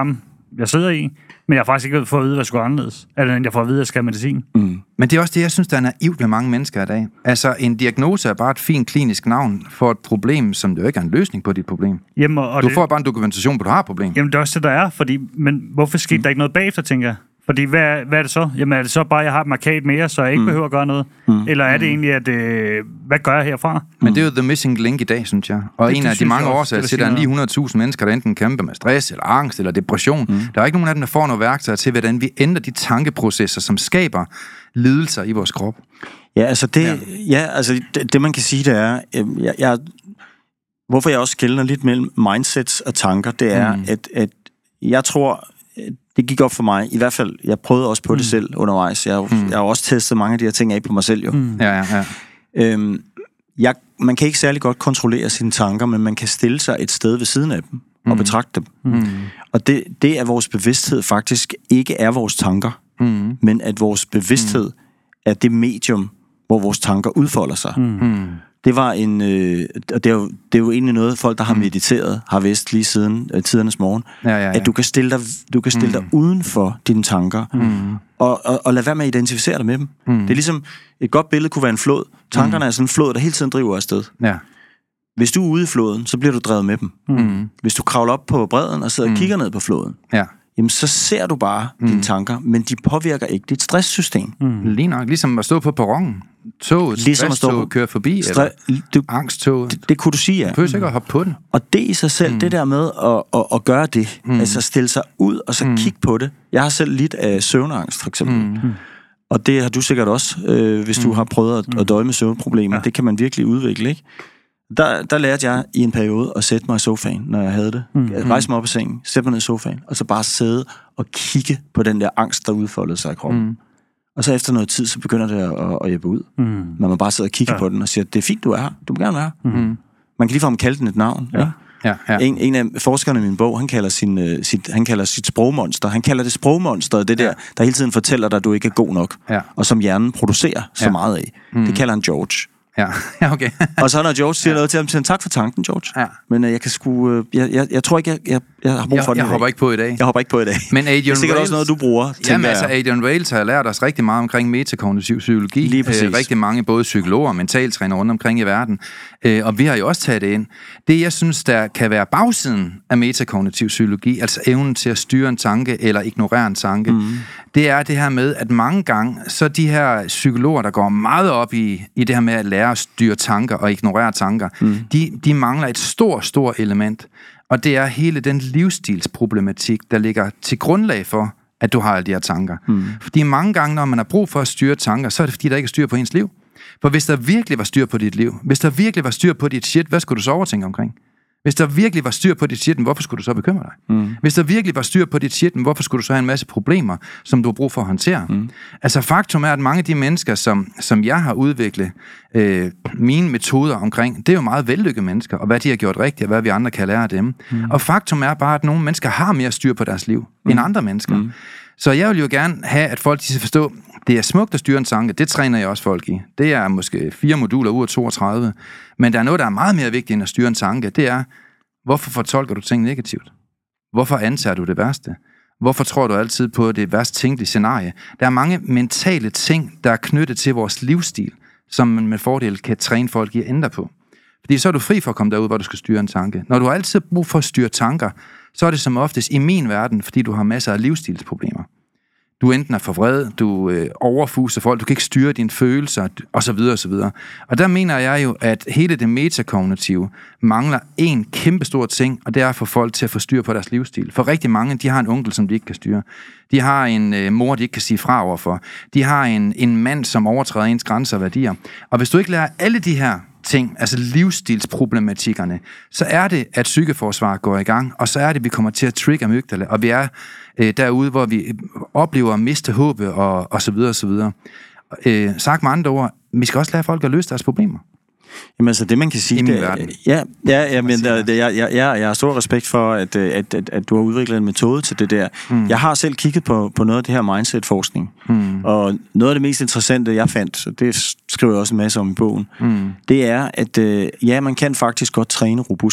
jeg sidder i, men jeg har faktisk ikke fået at vide, hvad jeg skulle anderledes, eller end jeg får at vide, at jeg skal have medicin. Mm. Men det er også det, jeg synes, der er naivt ved mange mennesker i dag. Altså, en diagnose er bare et fint klinisk navn for et problem, som jo ikke er en løsning på dit problem. Jamen, og du det, får bare en dokumentation på, at du har et problem. Jamen, det er også det, der er, fordi, men hvorfor skete mm. der ikke noget bagefter, tænker jeg? Fordi hvad, hvad er det så? Jamen er det så bare, at jeg har et markat mere, så jeg ikke mm. behøver at gøre noget? Mm. Eller er det egentlig, at øh, hvad gør jeg herfra? Men det er jo the missing link i dag, synes jeg. Og det, en af de mange årsager til, at der er ni hundrede tusind mennesker, der enten kæmper med stress, eller angst, eller depression. Mm. Der er ikke nogen af dem, der får noget værktøj til, hvordan vi ændrer de tankeprocesser, som skaber lidelser i vores krop. Ja, altså det, ja. Ja, altså det, det man kan sige, det er, jeg, jeg, hvorfor jeg også skelner lidt mellem mindsets og tanker, det er, mm. at, at jeg tror... Det gik op for mig, i hvert fald, jeg prøvede også på det mm. selv undervejs. Jeg, mm. jeg har også testet mange af de her ting af på mig selv, jo. Mm. Ja, ja, ja. Øhm, jeg, man kan ikke særlig godt kontrollere sine tanker, men man kan stille sig et sted ved siden af dem, og mm. betragte dem. Mm. Og det, det er vores bevidsthed faktisk ikke er vores tanker, mm. men at vores bevidsthed mm. er det medium, hvor vores tanker udfolder sig. Mm. Det var en, øh, og det er, jo, det er jo egentlig noget, folk, der har mediteret, har vidst lige siden øh, tidernes morgen, ja, ja, ja. At du kan stille dig, du kan stille mm. dig uden for dine tanker, mm. og, og, og lade være med at identificere dig med dem. Mm. Det er ligesom, et godt billede kunne være en flod. Tankerne mm. er sådan en flod, der hele tiden driver afsted. Ja. Hvis du er ude i floden, så bliver du drevet med dem. Mm. Hvis du kravler op på bredden og sidder mm. og kigger ned på floden, ja. Jamen, så ser du bare mm. dine tanker, men de påvirker ikke dit stresssystem. Mm. Lige nok, ligesom at stå på perronen. Toget, ligesom stresstog, kører forbi, stre- eller du, angsttog. Det, det kunne du sige, ja. Du behøver ikke at hoppe på den. Og det i sig selv, mm. det der med at, at, at gøre det, mm. altså stille sig ud og så mm. kigge på det. Jeg har selv lidt af søvnangst, for eksempel. Mm. Og det har du sikkert også, øh, hvis mm. du har prøvet at, at døje med søvnproblemer. Ja. Det kan man virkelig udvikle, ikke? Der, der lærte jeg i en periode at sætte mig i sofaen, når jeg havde det. Mm. Rejse mig op i sengen, sætte mig ned i sofaen, og så bare sidde og kigge på den der angst, der udfoldede sig i kroppen. Mm. Og så efter noget tid, så begynder det at, at hjælpe ud. Mm. Når man bare sidder og kigger ja. på den og siger, det er fint, du er her. Du må gerne være her. Mm. Man kan ligefrem kalde den et navn. Ja. Ja, ja. En, en af forskerne i min bog, han kalder, sin, uh, sit, han kalder sit sprogmonster. Han kalder det sprogmonster, det der, ja. der hele tiden fortæller dig, at du ikke er god nok. Ja. Og som hjernen producerer så ja. meget af. Mm. Det kalder han George. Ja, ja, okay. Og så når George siger ja. noget til ham, siger han, tak for tanken, George. Ja. Men uh, jeg kan sgu... Uh, jeg, jeg, jeg tror ikke, jeg, jeg, jeg har brug for jeg, den jeg hopper ikke på i dag. Jeg hopper ikke på i dag. Men Adrian det er sikkert Wales, også noget, du bruger. Jamen altså, Adrian Wales har lært os rigtig meget omkring metakognitiv psykologi. Lige præcis. Øh, rigtig mange, både psykologer og mentaltrænere rundt omkring i verden. Øh, og vi har jo også taget det ind. Det, jeg synes, der kan være bagsiden af metakognitiv psykologi, altså evnen til at styre en tanke eller ignorere en tanke, mm. det er det her med, at mange gange, så de her psykologer, der går meget op i, i det her med at lære at styre tanker og ignorere tanker, mm. de, de mangler et stort, stort element. Og det er hele den livsstilsproblematik, der ligger til grundlag for, at du har alle de her tanker. Mm. Fordi mange gange, når man har brug for at styre tanker, så er det fordi, der ikke er styr på ens liv. For hvis der virkelig var styr på dit liv, hvis der virkelig var styr på dit shit, hvad skulle du så overtænke omkring? Hvis der virkelig var styr på dit shit, hvorfor skulle du så bekymre dig? Mm. Hvis der virkelig var styr på dit shit, hvorfor skulle du så have en masse problemer, som du har brug for at håndtere? Mm. Altså faktum er, at mange af de mennesker, som, som jeg har udviklet øh, mine metoder omkring, det er jo meget vellykkede mennesker, og hvad de har gjort rigtigt, og hvad vi andre kan lære af dem. Mm. Og faktum er bare, at nogle mennesker har mere styr på deres liv, mm. end andre mennesker. Mm. Så jeg vil jo gerne have, at folk de skal forstå, det er smukt at styre en tanke, det træner jeg også folk i. Det er måske fire moduler ud af toogtredive. Men der er noget, der er meget mere vigtigt end at styre en tanke. Det er, hvorfor fortolker du ting negativt? Hvorfor antager du det værste? Hvorfor tror du altid på det værst tænkelige scenarie? Der er mange mentale ting, der er knyttet til vores livsstil, som man med fordel kan træne folk i at ændre på. Fordi så er du fri for at komme derud, hvor du skal styre en tanke. Når du har altid brug for at styre tanker, så er det som oftest i min verden, fordi du har masser af livsstilsproblemer. Du enten er for vred, du øh, overfuser folk, du kan ikke styre dine følelser, og så videre, og så videre. Og der mener jeg jo, at hele det metakognitive mangler en kæmpe stor ting, og det er at få folk til at få styr på deres livsstil. For rigtig mange, de har en onkel, som de ikke kan styre. De har en øh, mor, de ikke kan sige fra overfor. De har en, en mand, som overtræder ens grænser og værdier. Og hvis du ikke lærer alle de her ting, altså livsstilsproblematikkerne, så er det, at psykeforsvaret går i gang, og så er det, at vi kommer til at trigge amygdala, og vi er øh, derude, hvor vi oplever at miste håbet, og, og så videre, og så videre. Øh, sagt med andre ord, vi skal også lære folk at løse deres problemer. Jamen altså, det man kan sige... Det, ja, ja, ja, men der, det, jeg, jeg, jeg har stor respekt for, at, at, at, at du har udviklet en metode til det der. Mm. Jeg har selv kigget på, på noget af det her mindset-forskning, mm. og noget af det mest interessante, jeg fandt, og det skriver jeg også en masse om i bogen, mm. det er, at ja, man kan faktisk godt træne robusthed.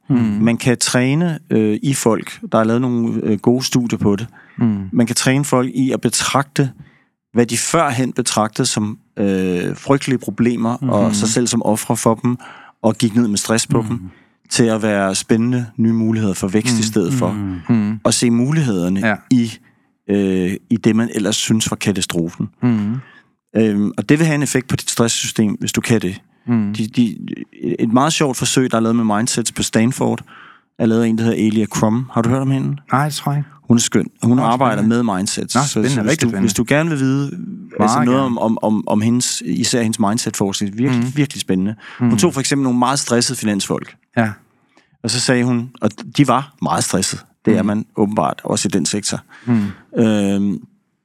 Mm. Man kan træne øh, i folk. Der er lavet nogle øh, gode studier på det. Mm. Man kan træne folk i at betragte, hvad de førhen betragtede som øh, frygtelige problemer, mm. og sig selv som ofre for dem, og gik ned med stress på mm. dem, til at være spændende nye muligheder for vækst mm. i stedet for. Mm. Og se mulighederne ja. i, øh, i det, man ellers synes var katastrofen. Mm. Øhm, og det vil have en effekt på dit stresssystem, hvis du kan det. Mm. De, de, et meget sjovt forsøg, der er lavet med mindsets på Stanford, er lavet en, der hedder Elia Crum. Har du hørt om hende? Nej, det tror jeg ikke. Hun er skøn. Hun Nå, arbejder spændende. med mindsets. Nå, spændende, så, så hvis, du, hvis du gerne vil vide altså noget om, om, om, om hendes, især hendes mindset-forskning, virkelig, mm. virkelig spændende. Mm. Hun tog for eksempel nogle meget stressede finansfolk. Ja. Og så sagde hun, og de var meget stressede. Det mm. er man åbenbart også i den sektor. Mm. Øhm,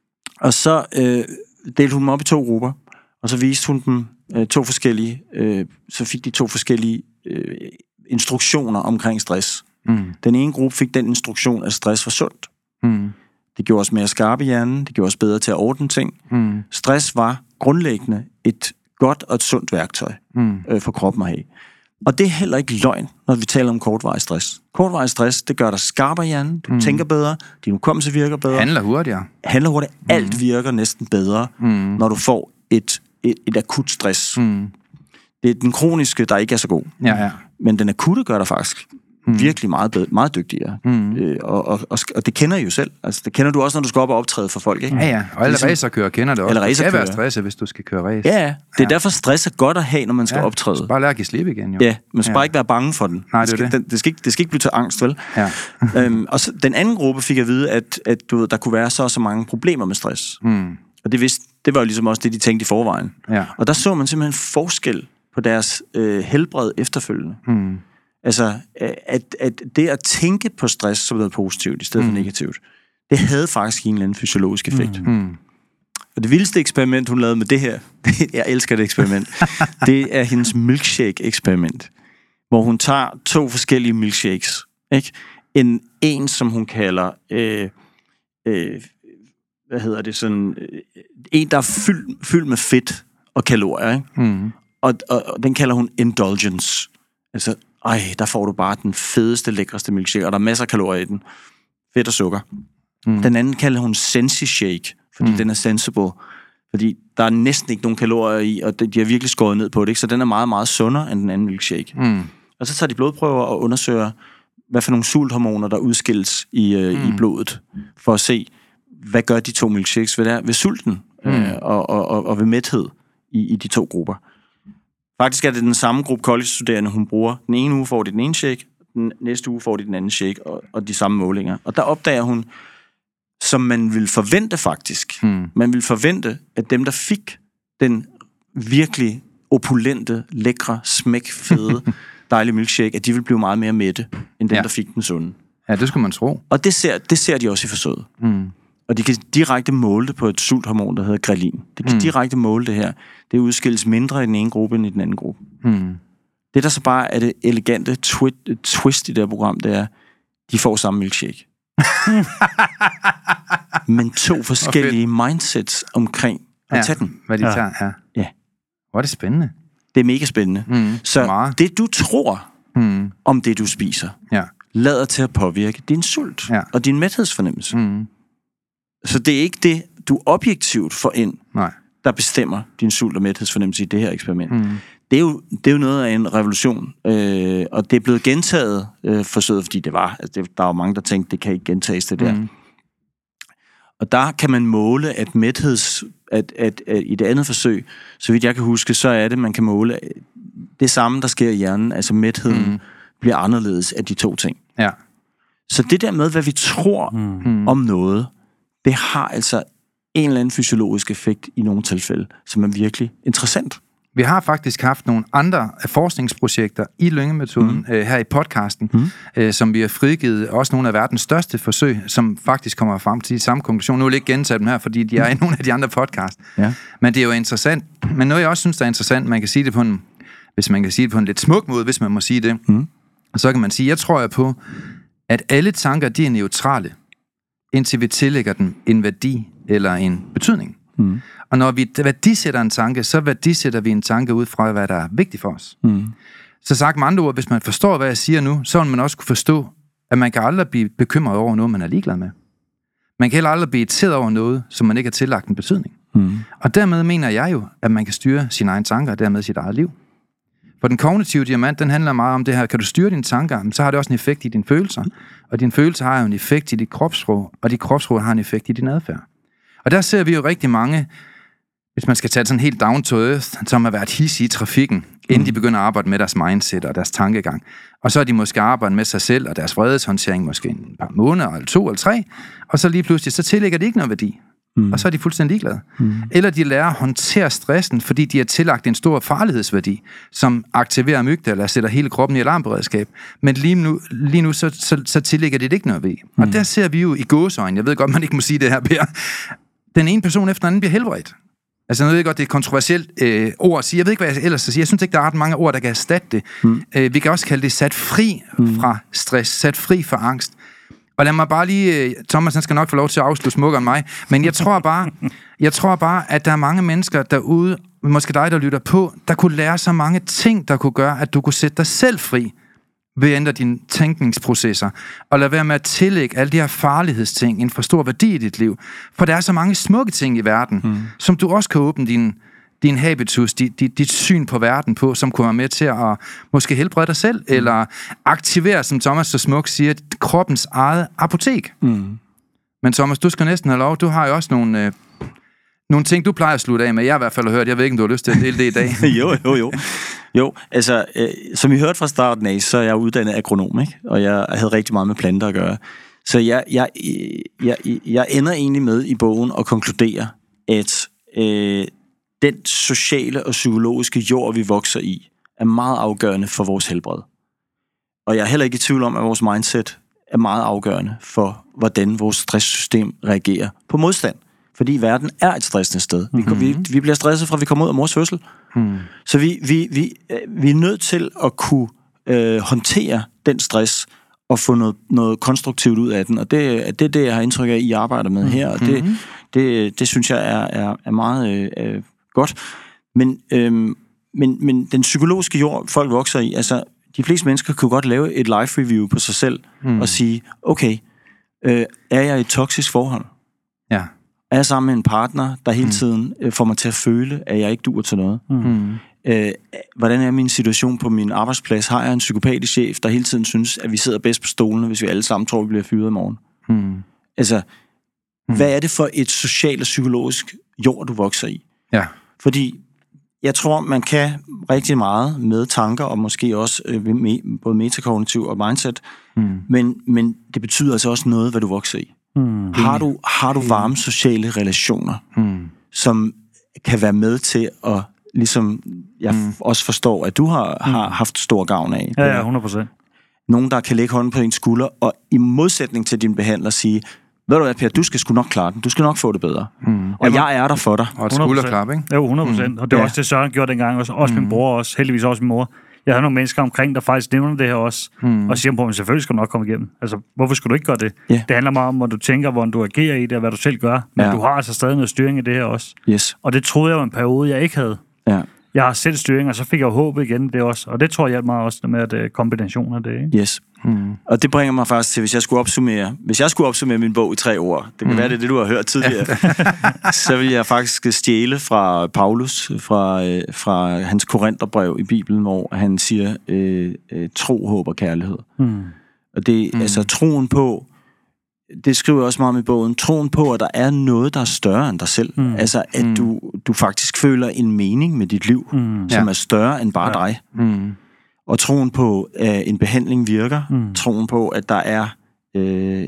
og så øh, delte hun dem op i to grupper, og så viste hun dem øh, to forskellige, øh, så fik de to forskellige øh, instruktioner omkring stress. Mm. Den ene gruppe fik den instruktion, at stress var sundt. Mm. Det gjorde os mere skarpe i hjernen, det gjorde os bedre til at ordne ting. Mm. Stress var grundlæggende et godt og et sundt værktøj mm. øh, for kroppen at have. Og det er heller ikke løgn, når vi taler om kortvarig stress. Kortvarig stress, det gør dig skarpere i hjernen, du mm. tænker bedre, din hukommelse virker bedre. Handler hurtigere. Handler hurtigt. Mm. Alt virker næsten bedre, mm. når du får et, et, et akut stress. Mm. Det er den kroniske, der ikke er så god. Ja, ja. Men den akutte gør dig faktisk mm. virkelig meget, bedre, meget dygtigere. Mm. Øh, og, og, og, og det kender I jo selv. Altså, det kender du også, når du skal op og optræde for folk, ikke? Ja, ja. Og alle racerkører kender det også. Eller det skal være stresset, hvis du skal køre race. Ja, ja. Det er ja. derfor, stress er godt at have, når man skal ja. optræde. Så bare lære at give slip igen, jo. Ja, man skal ja. bare ikke være bange for den. Nej, det, det, skal, det. Den, det, skal ikke, det skal ikke blive til angst, vel? Ja. øhm, og så, den anden gruppe fik at vide, at, at du ved, der kunne være så og så mange problemer med stress. Mm. Og det, vidste, det var jo ligesom også det, de tænkte i forvejen. Ja. Og der så man simpelthen forskel på deres øh, helbred efterfølgende. Mm. Altså, at, at det at tænke på stress som noget positivt, i stedet mm. for negativt, det havde faktisk en eller anden fysiologisk effekt. Mm. Og det vildeste eksperiment, hun lavede med det her, jeg elsker det eksperiment, det er hendes milkshake-eksperiment, hvor hun tager to forskellige milkshakes, ikke? En, en som hun kalder, øh, øh, hvad hedder det, sådan, øh, en, der er fyldt, fyldt med fedt og kalorier, ikke? Mm. Og, og, og den kalder hun indulgence. Altså, ej, der får du bare den fedeste, lækreste milkshake, og der er masser af kalorier i den. Fedt og sukker. Mm. Den anden kalder hun Sensi Shake, fordi mm. den er sensible. Fordi der er næsten ikke nogen kalorier i, og de har virkelig skåret ned på det, ikke? Så den er meget, meget sundere end den anden milkshake. Mm. Og så tager de blodprøver og undersøger, hvad for nogle sulthormoner, der udskilles i, øh, mm. i blodet, for at se, hvad gør de to milkshakes ved, der, ved sulten mm. øh, og, og, og, og ved mæthed i, i de to grupper. Faktisk er det den samme gruppe college-studerende, hun bruger. Den ene uge får de den ene shake, den næste uge får de den anden shake, og, og de samme målinger. Og der opdager hun, som man ville forvente faktisk, hmm. man ville forvente, at dem, der fik den virkelig opulente, lækre, smækfede, dejlige milkshake, at de ville blive meget mere mætte, end dem, ja. der fik den sunde. Ja, det skulle man tro. Og det ser, det ser de også i forsøget. Hmm. Og de kan direkte måle det på et sulthormon, der hedder grelin. De kan mm. direkte måle det her. Det udskilles mindre i den ene gruppe end i den anden gruppe. Mm. Det, der så bare er det elegante twi- twist i det her program, det er, de får samme milkshake. Men to forskellige mindsets omkring at ja, tage den. Hvad de ja. tager, ja. ja. Hvor er det spændende. Det er mega spændende. Mm. Så meget. Det, du tror mm. om det, du spiser, ja. lader til at påvirke din sult ja. og din mæthedsfornemmelse. Mm. Så det er ikke det, du objektivt får ind, Nej. der bestemmer din sult- og mæthedsfornemmelse i det her eksperiment. Mm. Det, er jo, det er jo noget af en revolution, øh, og det er blevet gentaget øh, forsøget, fordi det var. Altså det, der var mange, der tænkte, det kan ikke gentages det der. Mm. Og der kan man måle, at mætheds... At, at, at i det andet forsøg, så vidt jeg kan huske, så er det, man kan måle det samme, der sker i hjernen. Altså mætheden mm. bliver anderledes af de to ting. Ja. Så det der med, hvad vi tror mm. om noget, det har altså en eller anden fysiologisk effekt i nogle tilfælde, som er virkelig interessant. Vi har faktisk haft nogle andre forskningsprojekter i Lynge-metoden mm. øh, her i podcasten, mm. øh, som vi har frigivet, også nogle af verdens største forsøg, som faktisk kommer frem til de samme konklusioner. Nu vil jeg ikke gentage dem her, fordi de er i nogle af de andre podcast. Ja. Men det er jo interessant. Men noget, jeg også synes, der er interessant, man kan sige det på en, hvis man kan sige det på en lidt smuk måde, hvis man må sige det, mm. så kan man sige, jeg tror jeg på, at alle tanker, de er neutrale, indtil vi tillægger dem en værdi eller en betydning. Mm. Og når vi værdisætter en tanke, så værdisætter vi en tanke ud fra, hvad der er vigtigt for os. Mm. Så sagt med andre ord, hvis man forstår, hvad jeg siger nu, så vil man også kunne forstå, at man kan aldrig blive bekymret over noget, man er ligeglad med. Man kan heller aldrig blive irriteret over noget, som man ikke har tillagt en betydning. Mm. Og dermed mener jeg jo, at man kan styre sine egne tanker, og dermed sit eget liv. For den kognitive diamant, den handler meget om det her, kan du styre dine tanker, så har det også en effekt i dine følelser. Og dine følelser har jo en effekt i dit kropssprog, og dit kropssprog har en effekt i din adfærd. Og der ser vi jo rigtig mange, hvis man skal tage sådan helt down to earth, som har været hissige i trafikken, inden de begynder at arbejde med deres mindset og deres tankegang. Og så er de måske arbejdet med sig selv og deres vredeshåndtering måske en par måneder, eller to eller tre, og så lige pludselig, så tillægger de ikke noget værdi. Mm. Og så er de fuldstændig ligeglade. Mm. Eller de lærer at håndtere stressen, fordi de har tillagt en stor farlighedsværdi, som aktiverer amygdala og sætter hele kroppen i alarmberedskab. Men lige nu, lige nu så, så, så tillægger de det ikke noget værdi. Mm. Og der ser vi jo i gåseøjne, jeg ved godt, man ikke må sige det her, Per, den ene person efter den anden bliver helbredt. Altså, jeg ved godt, det er et kontroversielt øh, ord at sige. Jeg ved ikke, hvad jeg ellers skal sige. Jeg synes ikke, der er ret mange ord, der kan erstatte det. Mm. Øh, vi kan også kalde det sat fri mm. fra stress, sat fri fra angst. Og lad mig bare lige... Thomas, han skal nok få lov til at afslutte smukkere end mig, men jeg tror bare, jeg tror bare, at der er mange mennesker derude, måske dig, der lytter på, der kunne lære så mange ting, der kunne gøre, at du kunne sætte dig selv fri ved at ændre dine tænkningsprocesser, og lade være med at tillægge alle de her farlighedsting en for stor værdi i dit liv. For der er så mange smukke ting i verden, mm. som du også kan åbne din, din habitus, dit, dit, dit syn på verden på, som kunne være med til at måske helbrede dig selv, mm. eller aktivere, som Thomas så smukt siger, kroppens eget apotek. Mm. Men Thomas, du skal næsten have lov. Du har jo også nogle... Øh, Nogle ting, du plejer at slutte af med, jeg har i hvert fald hørt. Jeg ved ikke, om du har lyst til at dele det i dag. jo, jo, jo. Jo, altså, øh, som I hørte fra starten af, så er jeg uddannet agronom, ikke? Og jeg havde rigtig meget med planter at gøre. Så jeg, jeg, jeg, jeg ender egentlig med i bogen at konkludere, at øh, den sociale og psykologiske jord, vi vokser i, er meget afgørende for vores helbred. Og jeg er heller ikke i tvivl om, at vores mindset er meget afgørende for, hvordan vores stresssystem reagerer på modstand. Fordi verden er et stressende sted. Vi, mm-hmm. vi, vi bliver stresset fra, at vi kommer ud af mors fødsel. Mm. Så vi, vi, vi, vi er nødt til at kunne øh, håndtere den stress og få noget, noget konstruktivt ud af den. Og det, det er det, jeg har indtryk af, I arbejder med her. Og det, mm-hmm. det, det synes jeg er, er, er meget øh, godt. Men, øh, men, men den psykologiske jord, folk vokser i, altså de fleste mennesker kan godt lave et life review på sig selv mm. og sige, okay, øh, er jeg i et toksisk forhold? Ja. Er jeg sammen med en partner, der hele tiden øh, får mig til at føle, at jeg ikke duer til noget? Mm. Øh, hvordan er min situation på min arbejdsplads? Har jeg en psykopatisk chef, der hele tiden synes, at vi sidder bedst på stolene, hvis vi alle sammen tror, vi bliver fyret i morgen? Mm. Altså, mm. hvad er det for et socialt og psykologisk jord, du vokser i? Ja. Fordi jeg tror, man kan rigtig meget med tanker, og måske også øh, me, både metakognitiv og mindset, mm. men, men det betyder altså også noget, hvad du vokser i. Mm. Har du, har du varme sociale relationer, mm. som kan være med til at, ligesom jeg mm. også forstår, at du har, har haft stor gavn af. Ja, ja, hundrede procent. Nogen, der kan lægge hånden på din skulder, og i modsætning til din behandler sige, ved du hvad, Per, du skal sgu nok klare den, du skal nok få det bedre. Mm. Og Jamen, jeg er der for dig. Og et skulderklap, ikke? Jo, hundrede procent. Mm. Og det var ja. også det, Søren gjorde dengang, også, også mm. min bror, også, heldigvis også min mor. Jeg havde nogle mennesker omkring, der faktisk nævner det her også, mm. og siger på, at selvfølgelig skal du nok komme igennem. Altså, hvorfor skulle du ikke gøre det? Yeah. Det handler meget om, hvor du tænker, hvordan du agerer i det, og hvad du selv gør. Men ja. du har altså stadig noget styring i det her også. Yes. Og det troede jeg jo en periode, jeg ikke havde. Ja. Jeg har selv styring, og så fik jeg jo håb igen det også. Og det tror jeg hjalp mig også med at uh, kombination af det. Ikke? Yes. Mm. Og det bringer mig faktisk til, hvis jeg skulle opsummere, hvis jeg skulle opsummere min bog i tre ord, det kan mm. være det, det du har hørt tidligere, så vil jeg faktisk stjæle fra Paulus, fra, øh, fra hans Korintherbrev i Bibelen, hvor han siger øh, øh, tro, håb og kærlighed. Mm. Og det mm. altså troen på, det skriver jeg også meget med i bogen, troen på, at der er noget, der er større end dig selv. Mm. Altså, at mm. du, du faktisk føler en mening med dit liv, mm. som ja. er større end bare ja. dig. Mm. Og troen på, at en behandling virker. Mm. Troen på, at der er øh,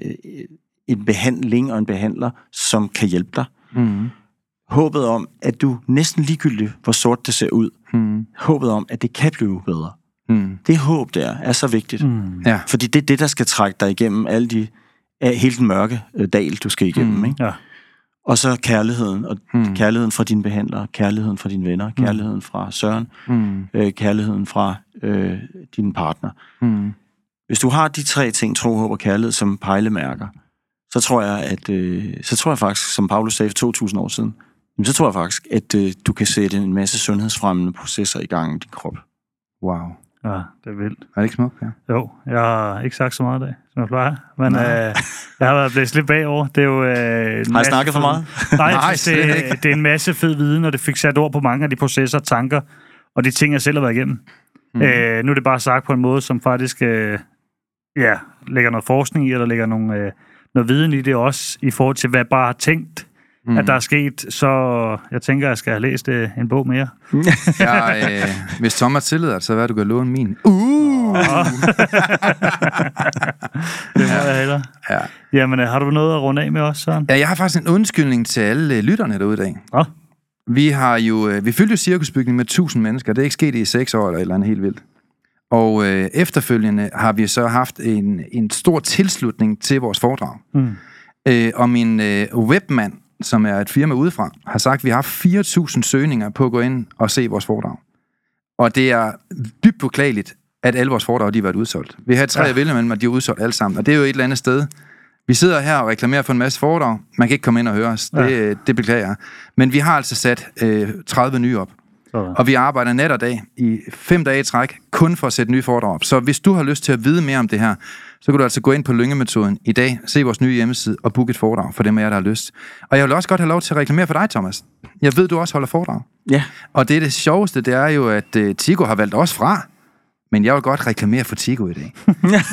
en behandling og en behandler, som kan hjælpe dig. Mm. Håbet om, at du næsten ligegyldigt, hvor sort det ser ud. Mm. Håbet om, at det kan blive bedre. Mm. Det håb der er så vigtigt. Mm. Ja. Fordi det er det, der skal trække dig igennem alle de, hele den mørke dal, du skal igennem. Mm. Ikke? Ja. Og så kærligheden, og mm. kærligheden fra dine behandlere, kærligheden fra dine venner, mm. kærligheden fra Søren, mm. øh, kærligheden fra øh, din partner. Mm. Hvis du har de tre ting, tro, håb og kærlighed, som pejlemærker, så tror jeg, at øh, så tror jeg faktisk, som Paulus sagde for to tusind år siden, så tror jeg faktisk, at øh, du kan sætte en masse sundhedsfremmende processer i gang i din krop. Wow. Ja, det er vildt. Er det ikke smukt, ja? Jo, jeg har ikke sagt så meget i dag, som jeg plejer. Men øh, jeg har været blæst lidt bagover. Det er jo, øh, har jeg snakket for meget? Nej, jeg synes, det, det er en masse fed viden, og det fik sat ord på mange af de processer, tanker, og de ting, jeg selv har været igennem. Mm. Øh, nu er det bare sagt på en måde, som faktisk øh, ja, lægger noget forskning i, eller lægger nogle, øh, noget viden i det også, i forhold til, hvad jeg bare har tænkt, mm. at der er sket. Så jeg tænker, jeg skal have læst øh, en bog mere. ja, øh, hvis Thomas tillader, så hvad du kan låne min. Uh! det må jeg hellere. Ja. Jamen, har du noget at runde af med os, Søren? Ja, jeg har faktisk en undskyldning til alle lytterne derude i dag. Ja. Vi har jo, vi fyldte jo cirkusbygning med tusind mennesker. Det er ikke sket i seks år eller et eller andet helt vildt. Og øh, efterfølgende har vi så haft en, en stor tilslutning til vores foredrag. Mm. Øh, og min øh, webmand, som er et firma udefra, har sagt, at vi har haft fire tusind søgninger på at gå ind og se vores foredrag. Og det er dybt beklageligt, at alle vores foredrag de har været udsolgt. Vi har tre ja. vælge mellem, at de er udsolgt alle sammen. Og det er jo et eller andet sted. Vi sidder her og reklamerer for en masse foredrag. Man kan ikke komme ind og høre os. Det, ja. det beklager jeg. Men vi har altså sat øh, tredive nye op. Sådan. Og vi arbejder nat og dag i fem dage i træk, kun for at sætte nye foredrag op. Så hvis du har lyst til at vide mere om det her, så kan du altså gå ind på Lynge-metoden i dag, se vores nye hjemmeside og booke et foredrag for dem af jer, der har lyst. Og jeg vil også godt have lov til at reklamere for dig, Thomas. Jeg ved, du også holder foredrag. Ja. Og det er det sjoveste, det er jo, at uh, Tigo har valgt os fra. Men jeg vil godt reklamere for Tigo i dag.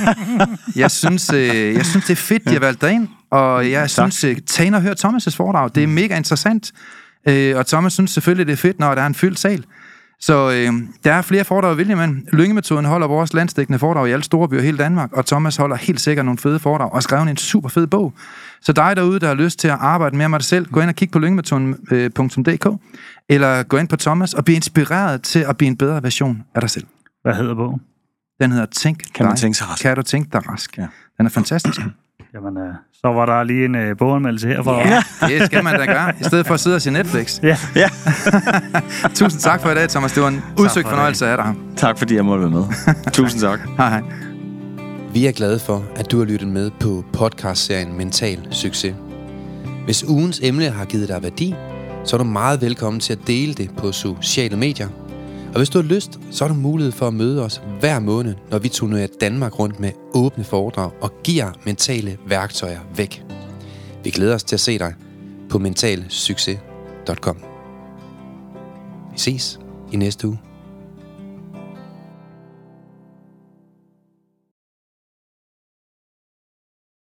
jeg, synes, øh, jeg synes, det er fedt, de har valgt dig ind. Og jeg tak. synes, øh, tag ind og hør Thomas' foredrag. Det er mega interessant. Øh, og Thomas synes selvfølgelig, det er fedt, når der er en fyldt sal. Så øh, der er flere foredrag at vælge med. Lynge-metoden holder vores landsdækkende foredrag i alle store byer i hele Danmark. Og Thomas holder helt sikkert nogle fede foredrag og skrevet en super fed bog. Så dig derude, der har lyst til at arbejde mere med dig selv, gå ind og kig på lyngemetoden punktum d k. Eller gå ind på Thomas og blive inspireret til at blive en bedre version af dig selv. Hvad hedder bogen? Den hedder Tænk Kan man dig. tænke sig rask? Kan du tænke dig rask? Ja. Den er fantastisk. Jamen, øh, så var der lige en øh, boganmeldelse herfra. Ja, det skal man da gøre, i stedet for at sidde og se Netflix. Ja. ja. Tusind tak for i dag, Thomas. Det var en udsøgt fornøjelse af dig her. Tak fordi jeg måtte være med. Tusind tak. Hej hej. Vi er glade for, at du har lyttet med på podcastserien Mental Succes. Hvis ugens emne har givet dig værdi, så er du meget velkommen til at dele det på sociale medier. Og hvis du har lyst, så har du mulighed for at møde os hver måned, når vi turnerer Danmark rundt med åbne foredrag og giver mentale værktøjer væk. Vi glæder os til at se dig på mental succes punktum com. Vi ses i næste uge.